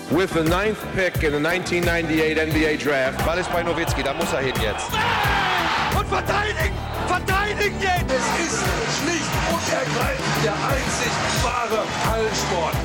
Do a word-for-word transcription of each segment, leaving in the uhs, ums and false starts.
With the ninth pick in the nineteen ninety-eight N B A Draft. Ball ist bei Nowitzki, da muss er hin jetzt. Und verteidigen! Verteidigen jetzt! Es ist schlicht und ergreifend der einzig wahre Hallensport.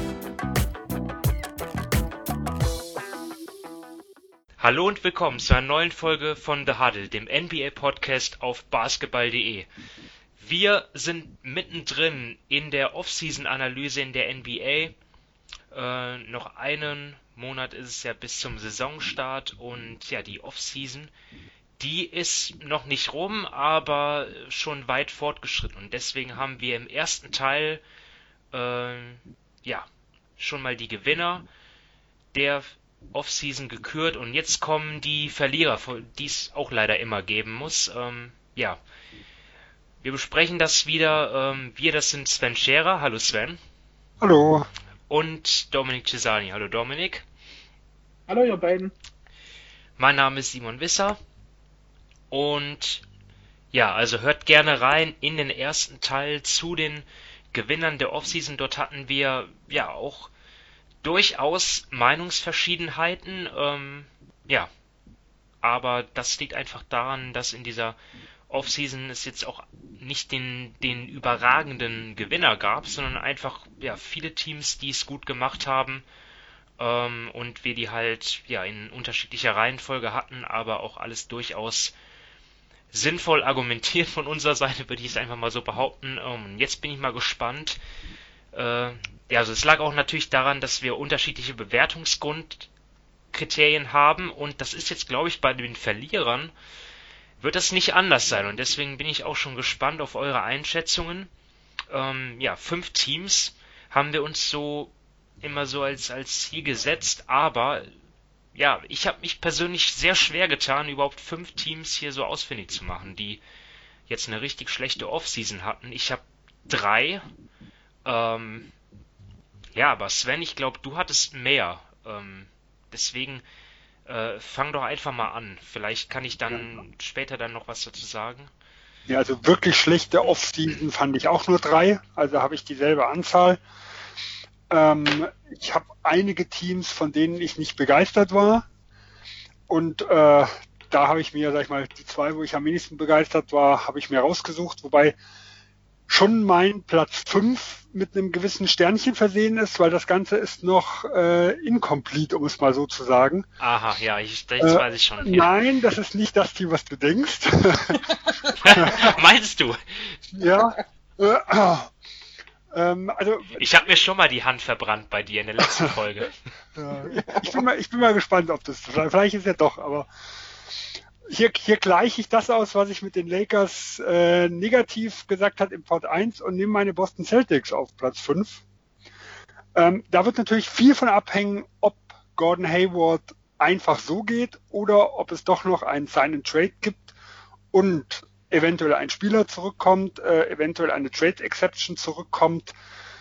Hallo und willkommen zu einer neuen Folge von The Huddle, dem N B A-Podcast auf basketball punkt de. Wir sind mittendrin in der Off-Season-Analyse in der N B A. Äh, noch einen Monat ist es ja bis zum Saisonstart und ja, die Off-Season, die ist noch nicht rum, aber schon weit fortgeschritten. Und deswegen haben wir im ersten Teil äh, ja schon mal die Gewinner der Off-Season gekürt und jetzt kommen die Verlierer, die es auch leider immer geben muss. Ähm, ja, wir besprechen das wieder. Ähm, wir, das sind Sven Scherer. Hallo Sven. Hallo. Und Dominik Cesani. Hallo Dominik. Hallo ihr beiden. Mein Name ist Simon Wisser. Und ja, also hört gerne rein in den ersten Teil zu den Gewinnern der Offseason. Dort hatten wir ja auch durchaus Meinungsverschiedenheiten. Ähm, ja, aber das liegt einfach daran, dass in dieser Offseason es jetzt auch nicht den, den überragenden Gewinner gab, sondern einfach ja viele Teams, die es gut gemacht haben ähm, und wir die halt ja in unterschiedlicher Reihenfolge hatten, aber auch alles durchaus sinnvoll argumentiert von unserer Seite, würde ich es einfach mal so behaupten. Ähm, jetzt bin ich mal gespannt. Äh, ja, also es lag auch natürlich daran, dass wir unterschiedliche Bewertungsgrundkriterien haben und das ist jetzt, glaube ich, bei den Verlierern wird das nicht anders sein und deswegen bin ich auch schon gespannt auf eure Einschätzungen. Ähm, ja, fünf Teams haben wir uns so immer so als, als Ziel gesetzt, aber ja, ich habe mich persönlich sehr schwer getan, überhaupt fünf Teams hier so ausfindig zu machen, die jetzt eine richtig schlechte Offseason hatten. Ich habe drei. Ähm, ja, aber Sven, ich glaube, du hattest mehr. Ähm, deswegen Äh, fang doch einfach mal an. Vielleicht kann ich dann ja. später dann noch was dazu sagen. Ja, also wirklich schlechte Off-Season fand ich auch nur drei. Also habe ich dieselbe Anzahl. Ähm, ich habe einige Teams, von denen ich nicht begeistert war. Und äh, da habe ich mir, sag ich mal, die zwei, wo ich am wenigsten begeistert war, habe ich mir rausgesucht. Wobei schon mein Platz fünf mit einem gewissen Sternchen versehen ist, weil das Ganze ist noch äh, incomplete, um es mal so zu sagen. Aha, ja, ich, das äh, weiß ich schon. Nein, das ist nicht das Team, was du denkst. Meinst du? Ja. Äh, ähm, also ich habe mir schon mal die Hand verbrannt bei dir in der letzten Folge. äh, ich, bin mal, ich bin mal gespannt, ob das, vielleicht ist ja doch, aber Hier, hier gleiche ich das aus, was ich mit den Lakers äh, negativ gesagt habe im Part eins und nehme meine Boston Celtics auf Platz fünf. Ähm, da wird natürlich viel von abhängen, ob Gordon Hayward einfach so geht oder ob es doch noch einen Sign-and-Trade gibt und eventuell ein Spieler zurückkommt, äh, eventuell eine Trade-Exception zurückkommt.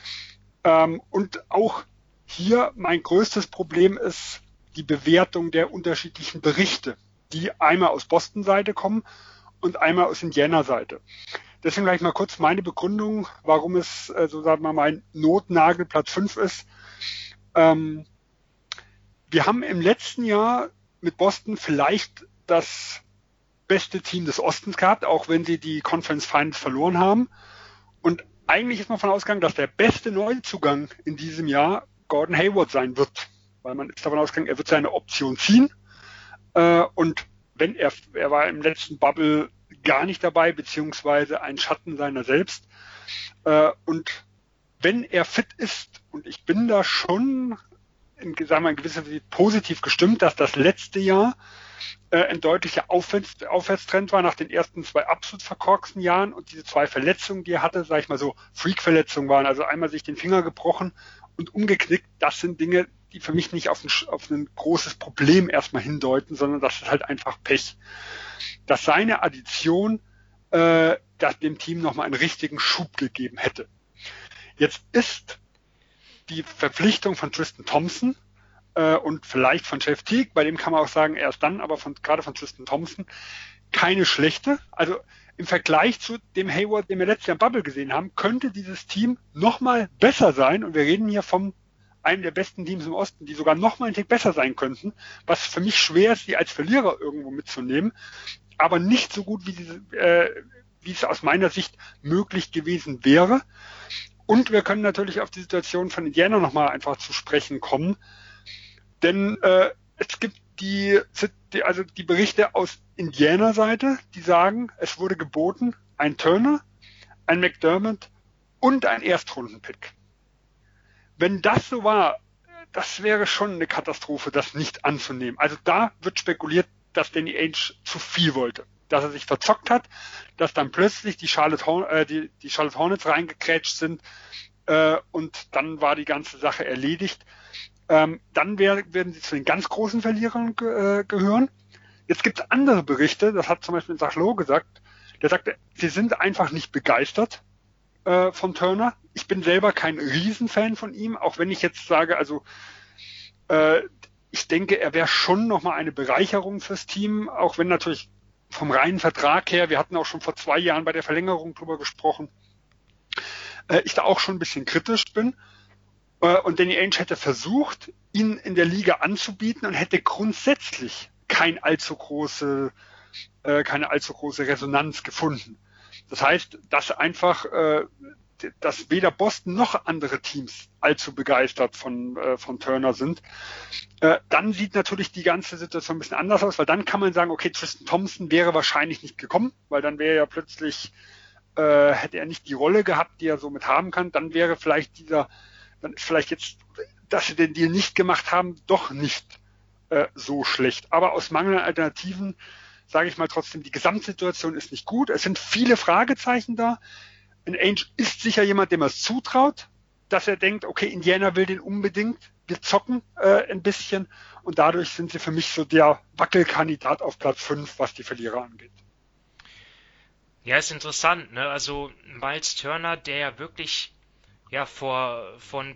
Ähm, und auch hier mein größtes Problem ist die Bewertung der unterschiedlichen Berichte, die einmal aus Boston-Seite kommen und einmal aus Indiana-Seite. Deswegen gleich mal kurz meine Begründung, warum es, äh, so sagen wir mal, mein Notnagel Platz fünf ist. Ähm, wir haben im letzten Jahr mit Boston vielleicht das beste Team des Ostens gehabt, auch wenn sie die Conference Finals verloren haben. Und eigentlich ist man davon ausgegangen, dass der beste Neuzugang in diesem Jahr Gordon Hayward sein wird, weil man ist davon ausgegangen, er wird seine Option ziehen. Und wenn er, er war im letzten Bubble gar nicht dabei, beziehungsweise ein Schatten seiner selbst. Und wenn er fit ist, und ich bin da schon in, sagen wir, in gewisser Weise positiv gestimmt, dass das letzte Jahr ein deutlicher Aufwärts, Aufwärtstrend war nach den ersten zwei absolut verkorksten Jahren und diese zwei Verletzungen, die er hatte, sag ich mal so, Freak-Verletzungen waren, also einmal sich den Finger gebrochen und umgeknickt, das sind Dinge, die für mich nicht auf ein, auf ein großes Problem erstmal hindeuten, sondern das ist halt einfach Pech. Dass seine Addition äh, dass dem Team nochmal einen richtigen Schub gegeben hätte. Jetzt ist die Verpflichtung von Tristan Thompson äh, und vielleicht von Jeff Teague, bei dem kann man auch sagen, erst dann, aber von, gerade von Tristan Thompson, keine schlechte. Also im Vergleich zu dem Hayward, den wir letztes Jahr im Bubble gesehen haben, könnte dieses Team nochmal besser sein. Und wir reden hier vom einem der besten Teams im Osten, die sogar noch mal einen Tick besser sein könnten, was für mich schwer ist, die als Verlierer irgendwo mitzunehmen, aber nicht so gut, wie, diese, äh, wie es aus meiner Sicht möglich gewesen wäre. Und wir können natürlich auf die Situation von Indiana noch mal einfach zu sprechen kommen, denn äh, es gibt die, die, also die Berichte aus Indiana-Seite, die sagen, es wurde geboten, ein Turner, ein McDermott und ein Erstrundenpick. Wenn das so war, das wäre schon eine Katastrophe, das nicht anzunehmen. Also da wird spekuliert, dass Danny Ainge zu viel wollte, dass er sich verzockt hat, dass dann plötzlich die Charlotte, Horn- äh, die, die Charlotte Hornets reingekrätscht sind äh, und dann war die ganze Sache erledigt. Ähm, dann wär, werden sie zu den ganz großen Verlierern ge- äh, gehören. Jetzt gibt es andere Berichte, das hat zum Beispiel Zach Lowe gesagt, der sagte, sie sind einfach nicht begeistert äh, von Turner. Ich bin selber kein Riesenfan von ihm, auch wenn ich jetzt sage, also äh, ich denke, er wäre schon nochmal eine Bereicherung fürs Team, auch wenn natürlich vom reinen Vertrag her, wir hatten auch schon vor zwei Jahren bei der Verlängerung drüber gesprochen, äh, ich da auch schon ein bisschen kritisch bin. Äh, und Danny Ainge hätte versucht, ihn in der Liga anzubieten und hätte grundsätzlich kein allzu große, äh, keine allzu große Resonanz gefunden. Das heißt, dass einfach, äh, dass weder Boston noch andere Teams allzu begeistert von, äh, von Turner sind. Äh, dann sieht natürlich die ganze Situation ein bisschen anders aus, weil dann kann man sagen, okay, Tristan Thompson wäre wahrscheinlich nicht gekommen, weil dann wäre ja plötzlich, äh, hätte er nicht die Rolle gehabt, die er somit haben kann. Dann wäre vielleicht dieser, dann ist vielleicht jetzt, dass sie den Deal nicht gemacht haben, doch nicht äh, so schlecht. Aber aus Mangel an Alternativen sage ich mal trotzdem, die Gesamtsituation ist nicht gut. Es sind viele Fragezeichen da. Und Ainge ist sicher jemand, dem er es zutraut, dass er denkt, okay, Indiana will den unbedingt, wir zocken äh, ein bisschen und dadurch sind sie für mich so der Wackelkandidat auf Platz fünf, was die Verlierer angeht. Ja, ist interessant, ne? Also Miles Turner, der ja wirklich ja vor von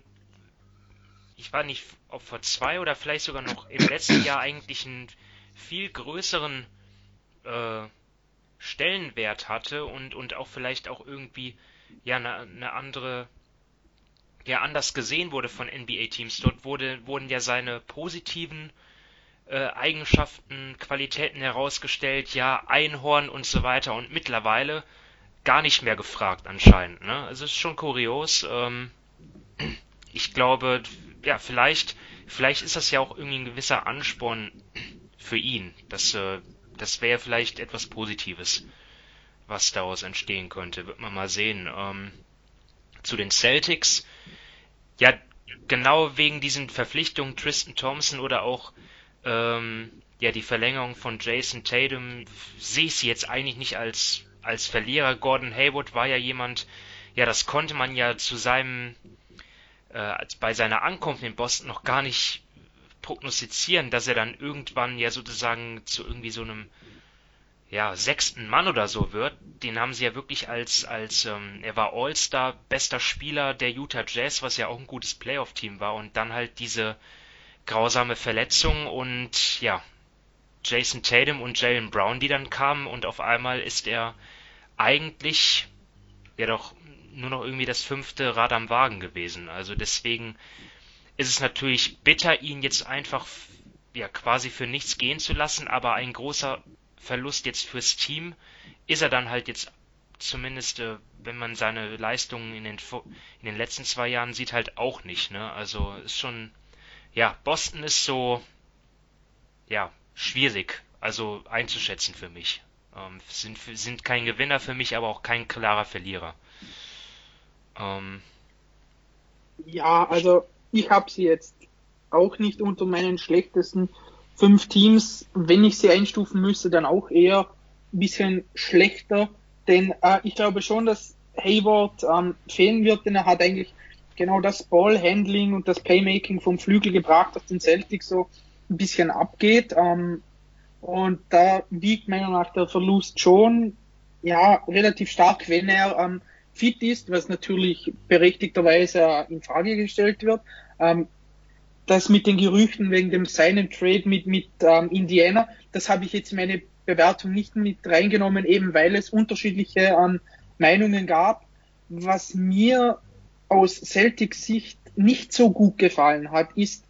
ich weiß nicht, ob vor zwei oder vielleicht sogar noch im letzten Jahr eigentlich einen viel größeren äh, Stellenwert hatte und und auch vielleicht auch irgendwie ja eine, eine andere ja anders gesehen wurde von N B A-Teams. Dort wurde wurden ja seine positiven äh, Eigenschaften, Qualitäten herausgestellt, ja Einhorn und so weiter und mittlerweile gar nicht mehr gefragt anscheinend. Ne? Also es ist schon kurios. Ähm, ich glaube, ja vielleicht vielleicht ist das ja auch irgendwie ein gewisser Ansporn für ihn, dass äh, das wäre vielleicht etwas Positives, was daraus entstehen könnte. Wird man mal sehen. Ähm, zu den Celtics. Ja, genau wegen diesen Verpflichtungen Tristan Thompson oder auch ähm, ja die Verlängerung von Jason Tatum sehe ich sie jetzt eigentlich nicht als als Verlierer. Gordon Hayward war ja jemand, ja das konnte man ja zu seinem äh, bei seiner Ankunft in Boston noch gar nicht prognostizieren, dass er dann irgendwann ja sozusagen zu irgendwie so einem ja sechsten Mann oder so wird. Den haben sie ja wirklich als als ähm, er war All-Star, bester Spieler der Utah Jazz, was ja auch ein gutes Playoff-Team war und dann halt diese grausame Verletzung und ja Jason Tatum und Jaylen Brown, die dann kamen und auf einmal ist er eigentlich ja doch nur noch irgendwie das fünfte Rad am Wagen gewesen. Also deswegen ist es natürlich bitter, ihn jetzt einfach ja quasi für nichts gehen zu lassen, aber ein großer Verlust jetzt fürs Team ist er dann halt jetzt zumindest, äh, wenn man seine Leistungen in den in den letzten zwei Jahren sieht, halt auch nicht. Ne? Also ist schon, ja, Boston ist so, ja, schwierig, also einzuschätzen für mich. Ähm, sind sind kein Gewinner für mich, aber auch kein klarer Verlierer. Ähm, ja, also ich habe sie jetzt auch nicht unter meinen schlechtesten fünf Teams. Wenn ich sie einstufen müsste, dann auch eher ein bisschen schlechter. Denn äh, ich glaube schon, dass Hayward ähm, fehlen wird, denn er hat eigentlich genau das Ballhandling und das Playmaking vom Flügel gebracht, das den Celtics so ein bisschen abgeht. Ähm, und da wiegt meiner Meinung nach der Verlust schon ja relativ stark, wenn er ähm, fit ist, was natürlich berechtigterweise in Frage gestellt wird. Ähm, das mit den Gerüchten wegen dem Sign-and-Trade mit, mit ähm, Indiana, das habe ich jetzt in meine Bewertung nicht mit reingenommen, eben weil es unterschiedliche ähm, Meinungen gab. Was mir aus Celtics Sicht nicht so gut gefallen hat, ist,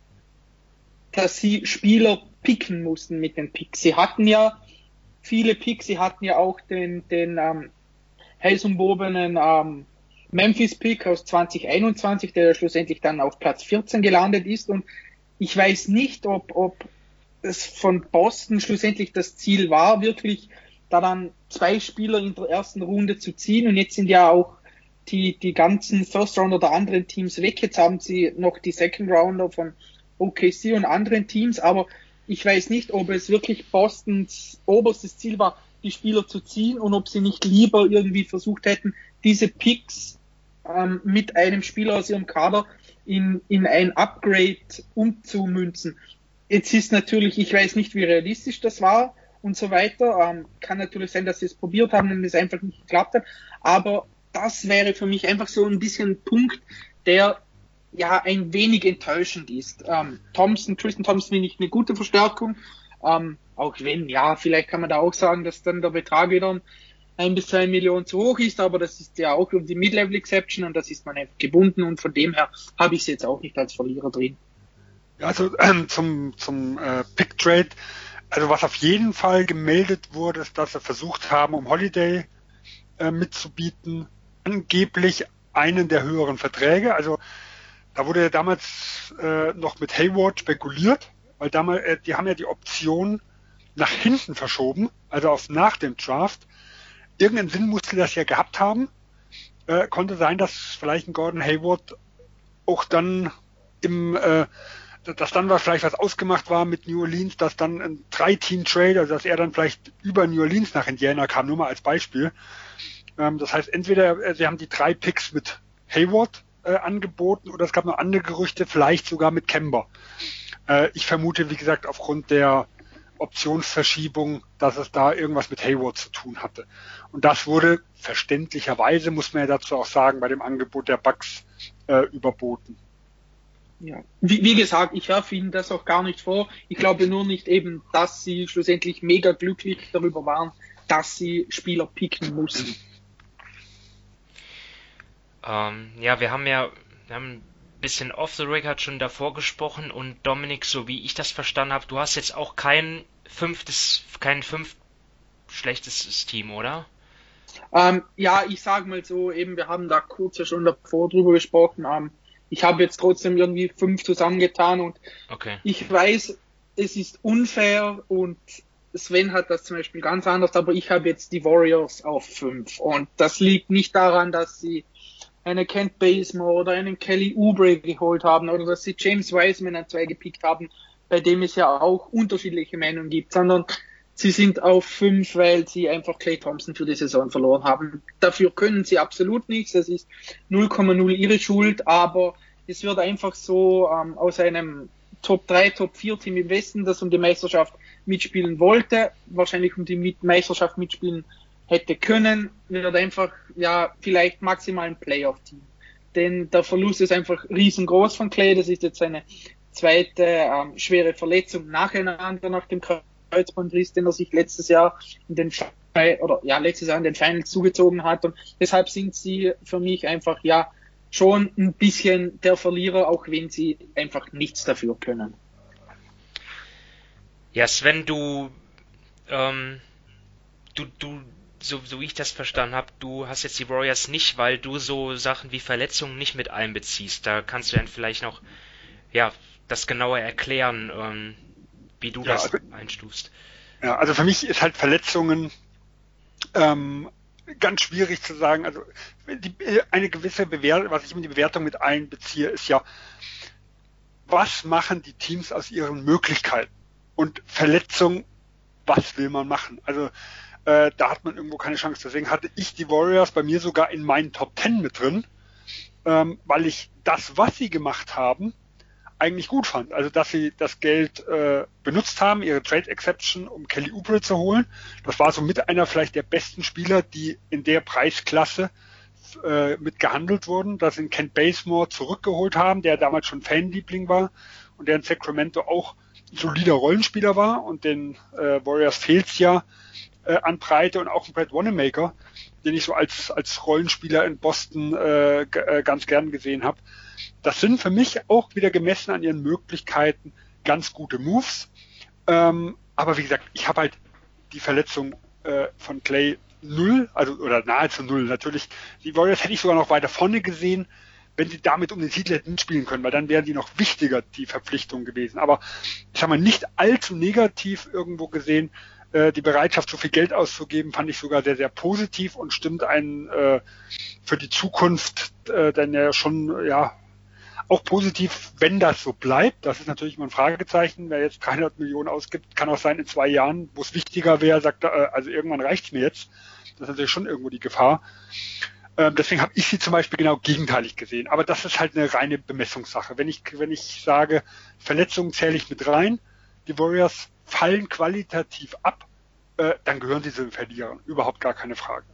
dass sie Spieler picken mussten mit den Picks. Sie hatten ja viele Picks, sie hatten ja auch den, den ähm, heißumwobenen ähm, Memphis-Pick aus zwanzig einundzwanzig, der schlussendlich dann auf Platz vierzehn gelandet ist. Und ich weiß nicht, ob, ob es von Boston schlussendlich das Ziel war, wirklich da dann zwei Spieler in der ersten Runde zu ziehen. Und jetzt sind ja auch die, die ganzen First Rounder der anderen Teams weg. Jetzt haben sie noch die Second Rounder von O K C und anderen Teams. Aber ich weiß nicht, ob es wirklich Bostons oberstes Ziel war, die Spieler zu ziehen, und ob sie nicht lieber irgendwie versucht hätten, diese Picks ähm, mit einem Spieler aus ihrem Kader in, in ein Upgrade umzumünzen. Jetzt ist natürlich, ich weiß nicht, wie realistisch das war und so weiter. Ähm, kann natürlich sein, dass sie es probiert haben und es einfach nicht geklappt hat. Aber das wäre für mich einfach so ein bisschen ein Punkt, der ja ein wenig enttäuschend ist. Ähm, Thompson, Tristan Thompson finde ich eine gute Verstärkung. Ähm, auch wenn, ja, vielleicht kann man da auch sagen, dass dann der Betrag wieder ein bis zwei Millionen zu hoch ist, aber das ist ja auch die Mid-Level-Exception und das ist man einfach gebunden, und von dem her habe ich sie jetzt auch nicht als Verlierer drin. Also ähm, zum, zum äh, Pick-Trade, also was auf jeden Fall gemeldet wurde, ist, dass sie versucht haben, um Holiday äh, mitzubieten, angeblich einen der höheren Verträge. Also da wurde ja damals äh, noch mit Hayward spekuliert, weil damals, äh, die haben ja die Option nach hinten verschoben, also auf nach dem Draft. Irgendeinen Sinn musste das ja gehabt haben. Äh, konnte sein, dass vielleicht ein Gordon Hayward auch dann im, äh, dass dann was vielleicht was ausgemacht war mit New Orleans, dass dann ein Drei-Team-Trade, also dass er dann vielleicht über New Orleans nach Indiana kam, nur mal als Beispiel. Ähm, das heißt, entweder äh, sie haben die drei Picks mit Hayward äh, angeboten, oder es gab noch andere Gerüchte, vielleicht sogar mit Kemba. Äh, ich vermute, wie gesagt, aufgrund der Optionsverschiebung, dass es da irgendwas mit Hayward zu tun hatte. Und das wurde verständlicherweise, muss man ja dazu auch sagen, bei dem Angebot der Bucks äh, überboten. Ja, wie, wie gesagt, ich werfe Ihnen das auch gar nicht vor. Ich glaube nur nicht eben, dass Sie schlussendlich mega glücklich darüber waren, dass Sie Spieler picken mussten. Ähm, ja, wir haben ja wir haben ein bisschen off the record schon davor gesprochen, und Dominik, so wie ich das verstanden habe, du hast jetzt auch kein fünftes, kein fünf schlechtestes Team, oder? Ähm, ja, ich sage mal so, eben, wir haben da kurz ja schon davor drüber gesprochen. Ähm, ich habe jetzt trotzdem irgendwie fünf zusammengetan, und okay. Ich weiß, es ist unfair, und Sven hat das zum Beispiel ganz anders, aber ich habe jetzt die Warriors auf fünf, und das liegt nicht daran, dass sie einen Kent Bazemore oder einen Kelly Oubre geholt haben, oder dass sie James Wiseman an zwei gepickt haben, bei dem es ja auch unterschiedliche Meinungen gibt, sondern sie sind auf fünf, weil sie einfach Klay Thompson für die Saison verloren haben. Dafür können sie absolut nichts, das ist null Komma null ihre Schuld, aber es wird einfach so ähm, aus einem Top drei, Top vier Team im Westen, das um die Meisterschaft mitspielen wollte, wahrscheinlich um die Meisterschaft mitspielen hätte können, wird einfach, ja, vielleicht maximal ein Playoff-Team. Denn der Verlust ist einfach riesengroß von Klay. Das ist jetzt seine zweite ähm, schwere Verletzung nacheinander nach dem Kreuzbandriss, den er sich letztes Jahr in den oder ja letztes Jahr in den Finals zugezogen hat. Und deshalb sind sie für mich einfach ja schon ein bisschen der Verlierer, auch wenn sie einfach nichts dafür können. Ja, Sven, du, ähm, du, du, so, so wie ich das verstanden habe, du hast jetzt die Warriors nicht, weil du so Sachen wie Verletzungen nicht mit einbeziehst. Da kannst du dann vielleicht noch, ja, das genauer erklären, ähm, wie du ja, das also, einstufst. Ja, also für mich ist halt Verletzungen ähm, ganz schwierig zu sagen. Also die, eine gewisse Bewertung, was ich in die Bewertung mit einbeziehe, ist ja, was machen die Teams aus ihren Möglichkeiten? Und Verletzung, was will man machen? Also äh, da hat man irgendwo keine Chance. Deswegen hatte ich die Warriors bei mir sogar in meinen Top Ten mit drin, ähm, weil ich das, was sie gemacht haben, eigentlich gut fand. Also dass sie das Geld äh, benutzt haben, ihre Trade Exception, um Kelly Oubre zu holen. Das war so mit einer vielleicht der besten Spieler, die in der Preisklasse äh, mit gehandelt wurden, dass sie Kent Bazemore zurückgeholt haben, der damals schon Fanliebling war und der in Sacramento auch ein solider Rollenspieler war, und den äh, Warriors fehlt's ja äh, an Breite, und auch ein Brad Wanamaker, den ich so als als Rollenspieler in Boston äh, g- äh, ganz gern gesehen habe. das sind für mich auch wieder gemessen an ihren Möglichkeiten ganz gute Moves. Ähm, aber wie gesagt, ich habe halt die Verletzung äh, von Clay null, also oder nahezu null. Natürlich, die Warriors hätte ich sogar noch weiter vorne gesehen, wenn sie damit um den Titel hätten spielen können, weil dann wären die noch wichtiger, die Verpflichtung gewesen. Aber ich habe mal nicht allzu negativ irgendwo gesehen. Äh, die Bereitschaft, so viel Geld auszugeben, fand ich sogar sehr, sehr positiv und stimmt einen äh, für die Zukunft äh, dann ja schon, ja, auch positiv, wenn das so bleibt. Das ist natürlich mal ein Fragezeichen. Wer jetzt dreihundert Millionen ausgibt, kann auch sein, in zwei Jahren, wo es wichtiger wäre, sagt er, äh, also irgendwann reicht's mir jetzt. Das ist natürlich schon irgendwo die Gefahr. Ähm, deswegen habe ich sie zum Beispiel genau gegenteilig gesehen. Aber das ist halt eine reine Bemessungssache. Wenn ich, wenn ich sage, Verletzungen zähle ich mit rein, die Warriors fallen qualitativ ab, äh, dann gehören sie zu den Verlierern. Überhaupt gar keine Frage.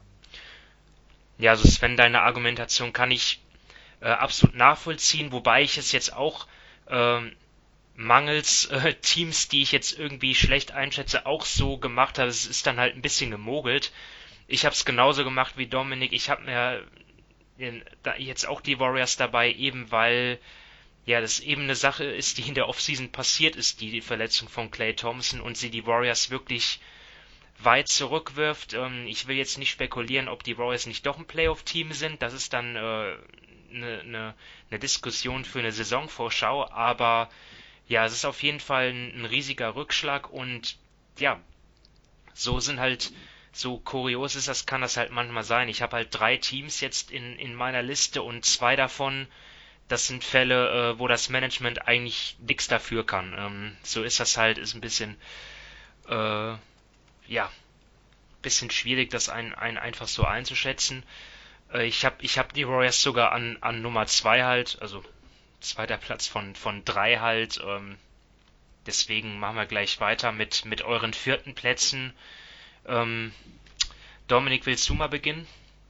Ja, also Sven, deine Argumentation kann ich äh, absolut nachvollziehen, wobei ich es jetzt auch ähm, mangels äh, Teams, die ich jetzt irgendwie schlecht einschätze, auch so gemacht habe. Es ist dann halt ein bisschen gemogelt. Ich habe es genauso gemacht wie Dominik. Ich habe mir in, da jetzt auch die Warriors dabei, eben weil ja das eben eine Sache ist, die in der Offseason passiert ist, die, die Verletzung von Klay Thompson, und sie die Warriors wirklich weit zurückwirft. Ähm, ich will jetzt nicht spekulieren, ob die Warriors nicht doch ein Playoff-Team sind. Das ist dann eine äh, ne, ne, ne Diskussion für eine Saisonvorschau. Aber ja, es ist auf jeden Fall ein, ein riesiger Rückschlag, und ja, so sind halt, so kurios ist das, kann das halt manchmal sein. Ich habe halt drei Teams jetzt in, in meiner Liste, und zwei davon, das sind Fälle, äh, wo das Management eigentlich nichts dafür kann. Ähm, so ist das halt, ist ein bisschen, äh, ja, bisschen schwierig, das ein, ein einfach so einzuschätzen. Äh, ich habe ich hab die Warriors sogar an, an Nummer zwei halt, also zweiter Platz von, von drei halt. Ähm, deswegen machen wir gleich weiter mit, mit euren vierten Plätzen. Ähm, Dominik, willst du mal beginnen?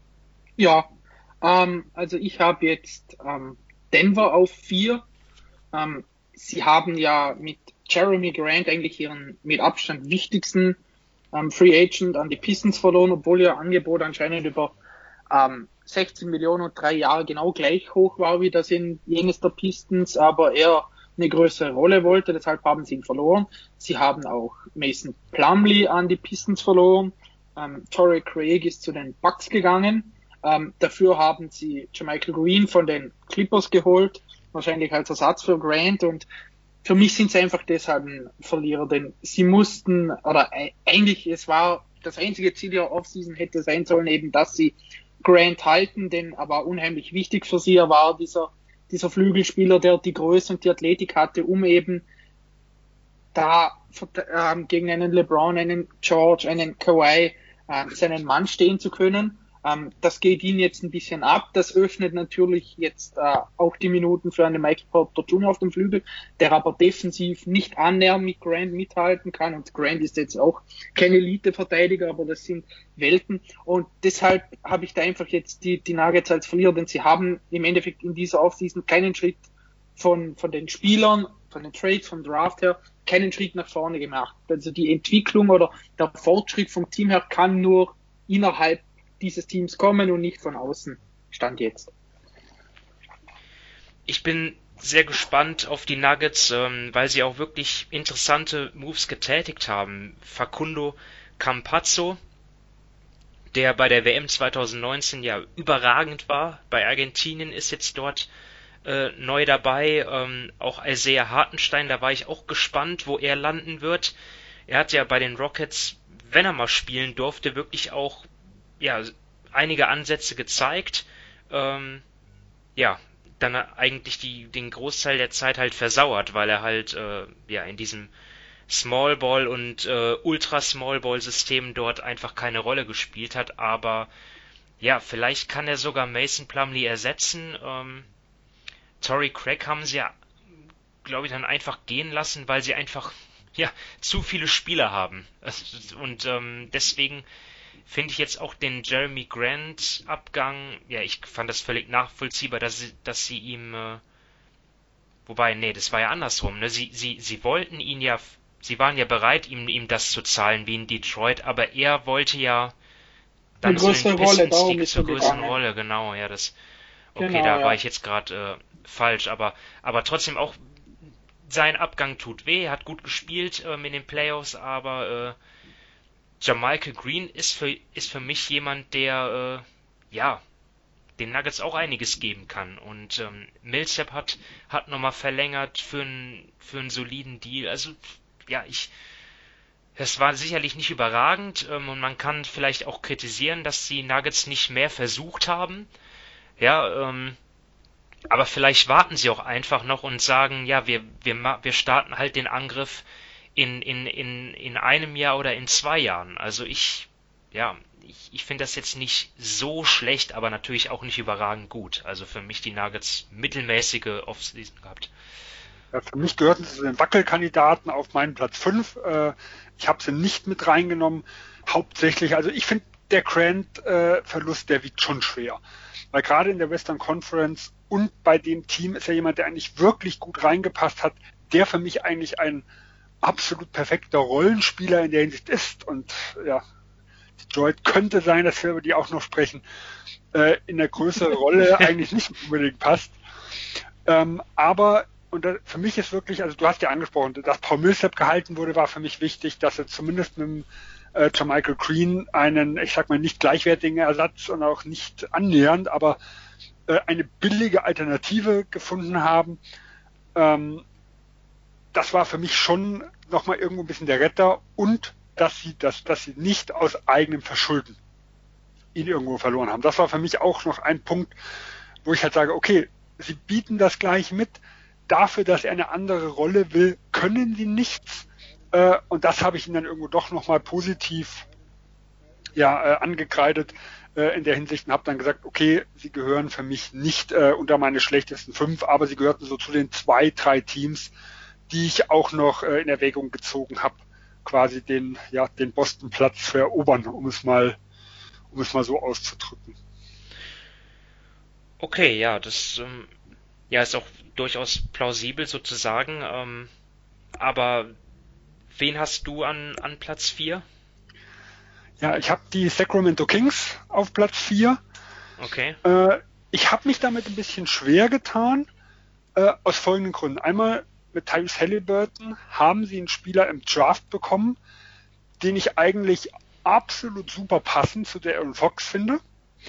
Ja, ähm, also ich habe jetzt ähm, Denver auf vier. Ähm, sie haben ja mit Jeremy Grant eigentlich ihren mit Abstand wichtigsten ähm, Free Agent an die Pistons verloren, obwohl ihr Angebot anscheinend über ähm, sechzehn Millionen und drei Jahre genau gleich hoch war wie das in jenes der Pistons, aber er eine größere Rolle wollte, deshalb haben sie ihn verloren. Sie haben auch Mason Plumlee an die Pistons verloren. Ähm, Torrey Craig ist zu den Bucks gegangen. Ähm, dafür haben sie Jermichael Green von den Clippers geholt, wahrscheinlich als Ersatz für Grant, und für mich sind sie einfach deshalb ein Verlierer, denn sie mussten, oder eigentlich, es war das einzige Ziel der Offseason hätte sein sollen, eben, dass sie Grant halten, denn er war unheimlich wichtig für sie. Er war dieser dieser Flügelspieler, der die Größe und die Athletik hatte, um eben da ähm, gegen einen LeBron, einen George, einen Kawhi äh, seinen Mann stehen zu können. Ähm, das geht ihnen jetzt ein bisschen ab. Das öffnet natürlich jetzt äh, auch die Minuten für einen Michael Porter Junior auf dem Flügel, der aber defensiv nicht annähernd mit Grant mithalten kann. Und Grant ist jetzt auch kein Elite-Verteidiger, aber das sind Welten. Und deshalb habe ich da einfach jetzt die, die Nuggets als Verlierer, denn sie haben im Endeffekt in dieser Offseason keinen Schritt von, von den Spielern, von den Trades, vom Draft her, keinen Schritt nach vorne gemacht. Also die Entwicklung oder der Fortschritt vom Team her kann nur innerhalb dieses Teams kommen und nicht von außen. Stand jetzt. Ich bin sehr gespannt auf die Nuggets, ähm, weil sie auch wirklich interessante Moves getätigt haben. Facundo Campazzo, der bei der W M zwanzig neunzehn ja überragend war, bei Argentinien, ist jetzt dort äh, neu dabei. Ähm, auch Isaiah Hartenstein, da war ich auch gespannt, wo er landen wird. Er hat ja bei den Rockets, wenn er mal spielen durfte, wirklich auch ja, einige Ansätze gezeigt, ähm, ja, dann eigentlich die, den Großteil der Zeit halt versauert, weil er halt, äh, ja, in diesem Small Ball und äh, Ultra Small Ball System dort einfach keine Rolle gespielt hat, aber ja, vielleicht kann er sogar Mason Plumlee ersetzen. ähm, Torrey Craig haben sie ja, glaube ich, dann einfach gehen lassen, weil sie einfach, ja, zu viele Spieler haben, und ähm, deswegen finde ich jetzt auch den Jeremy Grant Abgang, ja, ich fand das völlig nachvollziehbar, dass sie, dass sie ihm, äh, wobei, nee, das war ja andersrum, ne, sie, sie, sie wollten ihn ja, sie waren ja bereit, ihm, ihm das zu zahlen, wie in Detroit, aber er wollte ja dann eine größere Rolle, darum die ist zur er größeren gegangen. Rolle, genau, ja, das, okay, Genau, da ja. war ich jetzt gerade äh, falsch, aber, aber trotzdem auch sein Abgang tut weh, er hat gut gespielt ähm, in den Playoffs, aber äh, Jermichael Green ist für, ist für mich jemand, der äh, ja den Nuggets auch einiges geben kann. Und ähm, Millsap hat, hat nochmal verlängert für einen für einen soliden Deal. Also ja, ich das war sicherlich nicht überragend ähm, und man kann vielleicht auch kritisieren, dass die Nuggets nicht mehr versucht haben. Ja, ähm, aber vielleicht warten sie auch einfach noch und sagen, ja, wir, wir, wir starten halt den Angriff in, in, in, in einem Jahr oder in zwei Jahren. Also ich, ja, ich, ich finde das jetzt nicht so schlecht, aber natürlich auch nicht überragend gut. Also für mich die Nuggets mittelmäßige Offseason gehabt. Ja, für mich gehörten sie zu den Wackelkandidaten auf meinen Platz fünf. Äh, ich habe sie nicht mit reingenommen. Hauptsächlich, also ich finde, der Grant-Verlust, äh, der wiegt schon schwer. Weil gerade in der Western Conference und bei dem Team ist ja jemand, der eigentlich wirklich gut reingepasst hat, der für mich eigentlich ein absolut perfekter Rollenspieler in der Hinsicht ist. Und ja, Detroit könnte sein, dass wir über die auch noch sprechen, äh, in der größeren Rolle eigentlich nicht unbedingt passt. Ähm, aber und da, für mich ist wirklich, also du hast ja angesprochen, dass Paul Millsap gehalten wurde, war für mich wichtig, dass er zumindest mit dem äh, Jermichael Green einen, ich sag mal, nicht gleichwertigen Ersatz und auch nicht annähernd, aber äh, eine billige Alternative gefunden haben. Ähm, das war für mich schon nochmal irgendwo ein bisschen der Retter und dass sie, dass, dass sie nicht aus eigenem Verschulden ihn irgendwo verloren haben. Das war für mich auch noch ein Punkt, wo ich halt sage, okay, sie bieten das gleich mit. Dafür, dass er eine andere Rolle will, können sie nichts. Äh, und das habe ich ihnen dann irgendwo doch nochmal positiv ja, äh, angekreidet äh, in der Hinsicht und habe dann gesagt, okay, sie gehören für mich nicht äh, unter meine schlechtesten fünf, aber sie gehörten so zu den zwei, drei Teams, die ich auch noch äh, in Erwägung gezogen habe, quasi den, ja, den Boston-Platz zu erobern, um es mal, um es mal so auszudrücken. Okay, ja, das ähm, ja ist auch durchaus plausibel sozusagen. Ähm, aber wen hast du an, an Platz vier? Ja, ich habe die Sacramento Kings auf Platz vier. Okay. Äh, ich habe mich damit ein bisschen schwer getan, äh, aus folgenden Gründen. Einmal mit Tyrese Halliburton haben sie einen Spieler im Draft bekommen, den ich eigentlich absolut super passend zu der Aaron Fox finde,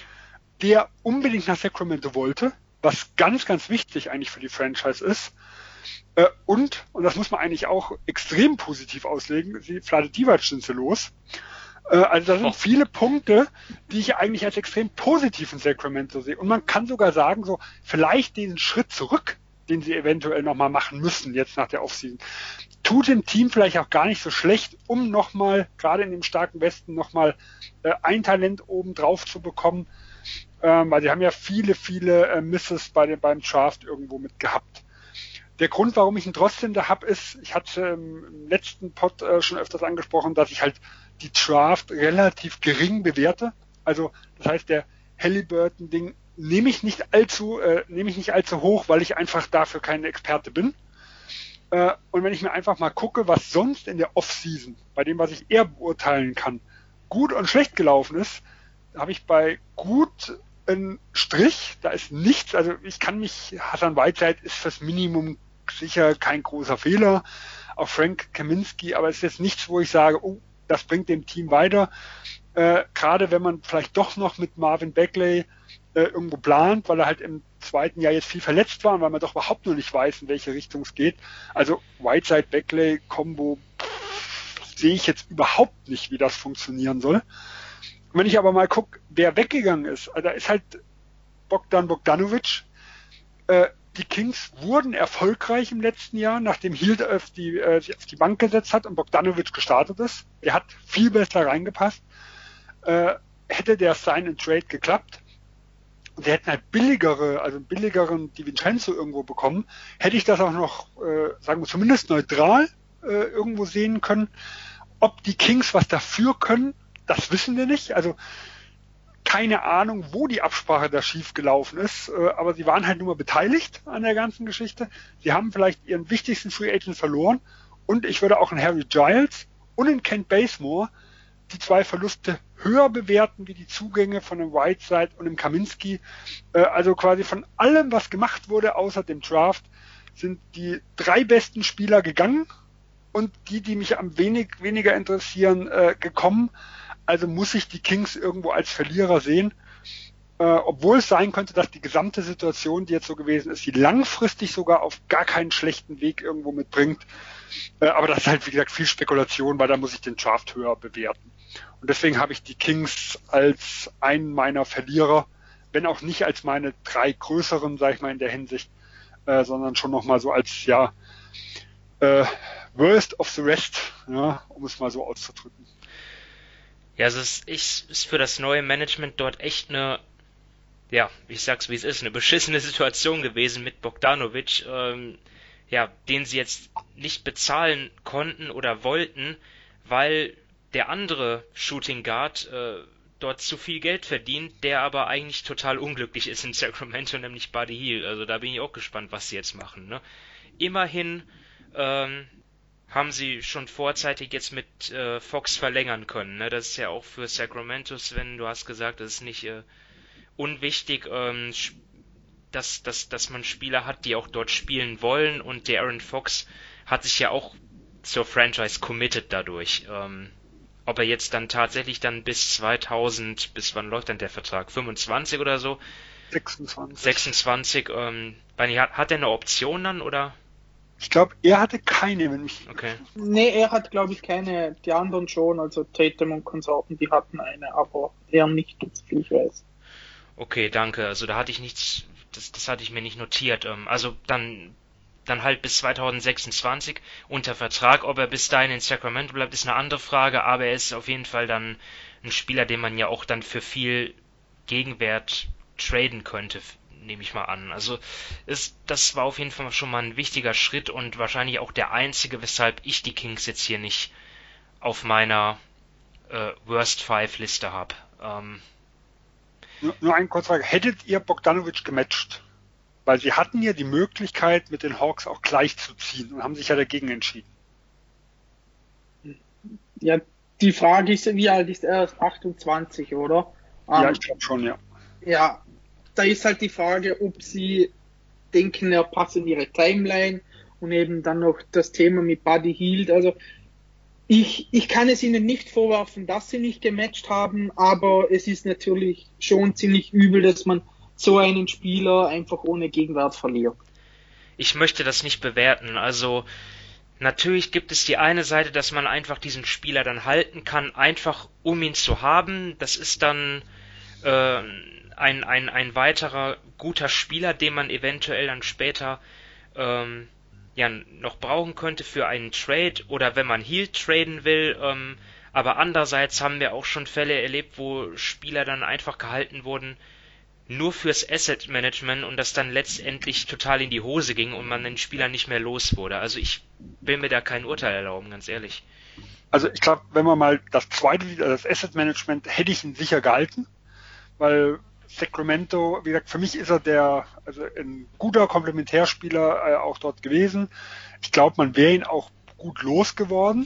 der unbedingt nach Sacramento wollte, was ganz, ganz wichtig eigentlich für die Franchise ist. Äh, und, und das muss man eigentlich auch extrem positiv auslegen, sie Vlade Divac sind sie los. Äh, also da sind oh. viele Punkte, die ich eigentlich als extrem positiv in Sacramento sehe. Und man kann sogar sagen, so vielleicht den Schritt zurück, den sie eventuell nochmal machen müssen, jetzt nach der Offseason, tut dem Team vielleicht auch gar nicht so schlecht, um nochmal, gerade in dem starken Westen, nochmal äh, ein Talent oben drauf zu bekommen. Ähm, weil sie haben ja viele, viele äh, Misses bei dem, beim Draft irgendwo mit gehabt. Der Grund, warum ich ihn trotzdem da hab, ist, ich hatte ähm, im letzten Pod äh, schon öfters angesprochen, dass ich halt die Draft relativ gering bewerte. Also das heißt, der Halliburton-Ding nehme ich nicht allzu, äh, nehme ich nicht allzu hoch, weil ich einfach dafür kein Experte bin. Äh, und wenn ich mir einfach mal gucke, was sonst in der Offseason, bei dem, was ich eher beurteilen kann, gut und schlecht gelaufen ist, habe ich bei gut einen Strich, da ist nichts, also ich kann mich, Hassan Whiteside ist fürs Minimum sicher kein großer Fehler, auch Frank Kaminsky, aber es ist jetzt nichts, wo ich sage, oh, das bringt dem Team weiter, äh, gerade wenn man vielleicht doch noch mit Marvin Bagley äh, irgendwo plant, weil er halt im zweiten Jahr jetzt viel verletzt war und weil man doch überhaupt noch nicht weiß, in welche Richtung es geht, also Whiteside-Bagley-Kombo sehe ich jetzt überhaupt nicht, wie das funktionieren soll. Wenn ich aber mal gucke, wer weggegangen ist, also da ist halt Bogdan Bogdanovic. Äh, die Kings wurden erfolgreich im letzten Jahr, nachdem Hield auf die, äh, sich auf die Bank gesetzt hat und Bogdanovic gestartet ist. Der hat viel besser reingepasst. Äh, hätte der Sign and Trade geklappt und wir hätten halt billigere, also billigeren DiVincenzo irgendwo bekommen, hätte ich das auch noch, äh, sagen wir zumindest neutral äh, irgendwo sehen können. Ob die Kings was dafür können, das wissen wir nicht, also keine Ahnung, wo die Absprache da schief gelaufen ist, aber sie waren halt nur mal beteiligt an der ganzen Geschichte. Sie haben vielleicht ihren wichtigsten Free Agent verloren und ich würde auch in Harry Giles und in Kent Bazemore die zwei Verluste höher bewerten wie die Zugänge von einem Whiteside und einem Kaminski. Äh, also quasi von allem, was gemacht wurde, außer dem Draft, sind die drei besten Spieler gegangen und die, die mich am wenig, weniger interessieren, äh, gekommen. Also muss ich die Kings irgendwo als Verlierer sehen. Äh, obwohl es sein könnte, dass die gesamte Situation, die jetzt so gewesen ist, die langfristig sogar auf gar keinen schlechten Weg irgendwo mitbringt. Äh, aber das ist halt, wie gesagt, viel Spekulation, weil da muss ich den Draft höher bewerten. Und deswegen habe ich die Kings als einen meiner Verlierer, wenn auch nicht als meine drei größeren, sag ich mal, in der Hinsicht, äh, sondern schon nochmal so als, ja, äh, worst of the rest, ja, um es mal so auszudrücken. Ja, also es ist, ist für das neue Management dort echt eine, ja, ich sag's wie es ist, eine beschissene Situation gewesen mit Bogdanovic, ähm, ja, den sie jetzt nicht bezahlen konnten oder wollten, weil der andere Shooting Guard äh, dort zu viel Geld verdient, der aber eigentlich total unglücklich ist in Sacramento, nämlich Buddy Hield. Also da bin ich auch gespannt, was sie jetzt machen, ne? Immerhin ähm, haben sie schon vorzeitig jetzt mit äh, Fox verlängern können, ne? Das ist ja auch für Sacramento, Sven, du hast gesagt, das ist nicht äh, unwichtig, ähm, dass, dass, dass man Spieler hat, die auch dort spielen wollen, und der Aaron Fox hat sich ja auch zur Franchise committed dadurch. Ähm, ob er jetzt dann tatsächlich dann bis zweitausend, bis wann läuft dann der Vertrag? fünfundzwanzig oder so? sechsundzwanzig. sechsundzwanzig, ähm, hat, hat er eine Option dann, oder? Ich glaube, er hatte keine, wenn mich... Okay. Nee, er hat, glaube ich, keine, die anderen schon, also Tatum und Konsorten, die hatten eine, aber er nicht, wie ich weiß. Okay, danke, also da hatte ich nichts, das, das hatte ich mir nicht notiert, ähm, also dann, dann halt bis zweitausendsechsundzwanzig unter Vertrag, ob er bis dahin in Sacramento bleibt, ist eine andere Frage, aber er ist auf jeden Fall dann ein Spieler, den man ja auch dann für viel Gegenwert traden könnte, nehme ich mal an. Also ist, das war auf jeden Fall schon mal ein wichtiger Schritt und wahrscheinlich auch der einzige, weshalb ich die Kings jetzt hier nicht auf meiner äh, Worst Five Liste habe. Ähm, nur, nur eine kurze Frage. Hättet ihr Bogdanovic gematcht? Weil sie hatten ja die Möglichkeit, mit den Hawks auch gleich zu ziehen und haben sich ja dagegen entschieden. Ja, die Frage ist, wie alt ist er? achtundzwanzig, oder? Ja, Um, ich glaube schon, ja. Ja, da ist halt die Frage, ob sie denken, er passt in ihre Timeline, und eben dann noch das Thema mit Buddy Hield. Also ich, ich kann es ihnen nicht vorwerfen, dass sie nicht gematcht haben, aber es ist natürlich schon ziemlich übel, dass man so einen Spieler einfach ohne Gegenwert verliert. Ich möchte das nicht bewerten. Also natürlich gibt es die eine Seite, dass man einfach diesen Spieler dann halten kann, einfach um ihn zu haben. Das ist dann äh, ein, ein, ein weiterer guter Spieler, den man eventuell dann später ähm, ja noch brauchen könnte für einen Trade oder wenn man Hield traden will. Ähm, aber andererseits haben wir auch schon Fälle erlebt, wo Spieler dann einfach gehalten wurden, nur fürs Asset Management, und das dann letztendlich total in die Hose ging und man den Spieler nicht mehr los wurde. Also ich will mir da kein Urteil erlauben, ganz ehrlich. Also ich glaube, wenn man mal das zweite, das Asset Management, hätte ich ihn sicher gehalten, weil Sacramento, wie gesagt, für mich ist er der, also ein guter Komplementärspieler äh, auch dort gewesen. Ich glaube, man wäre ihn auch gut losgeworden,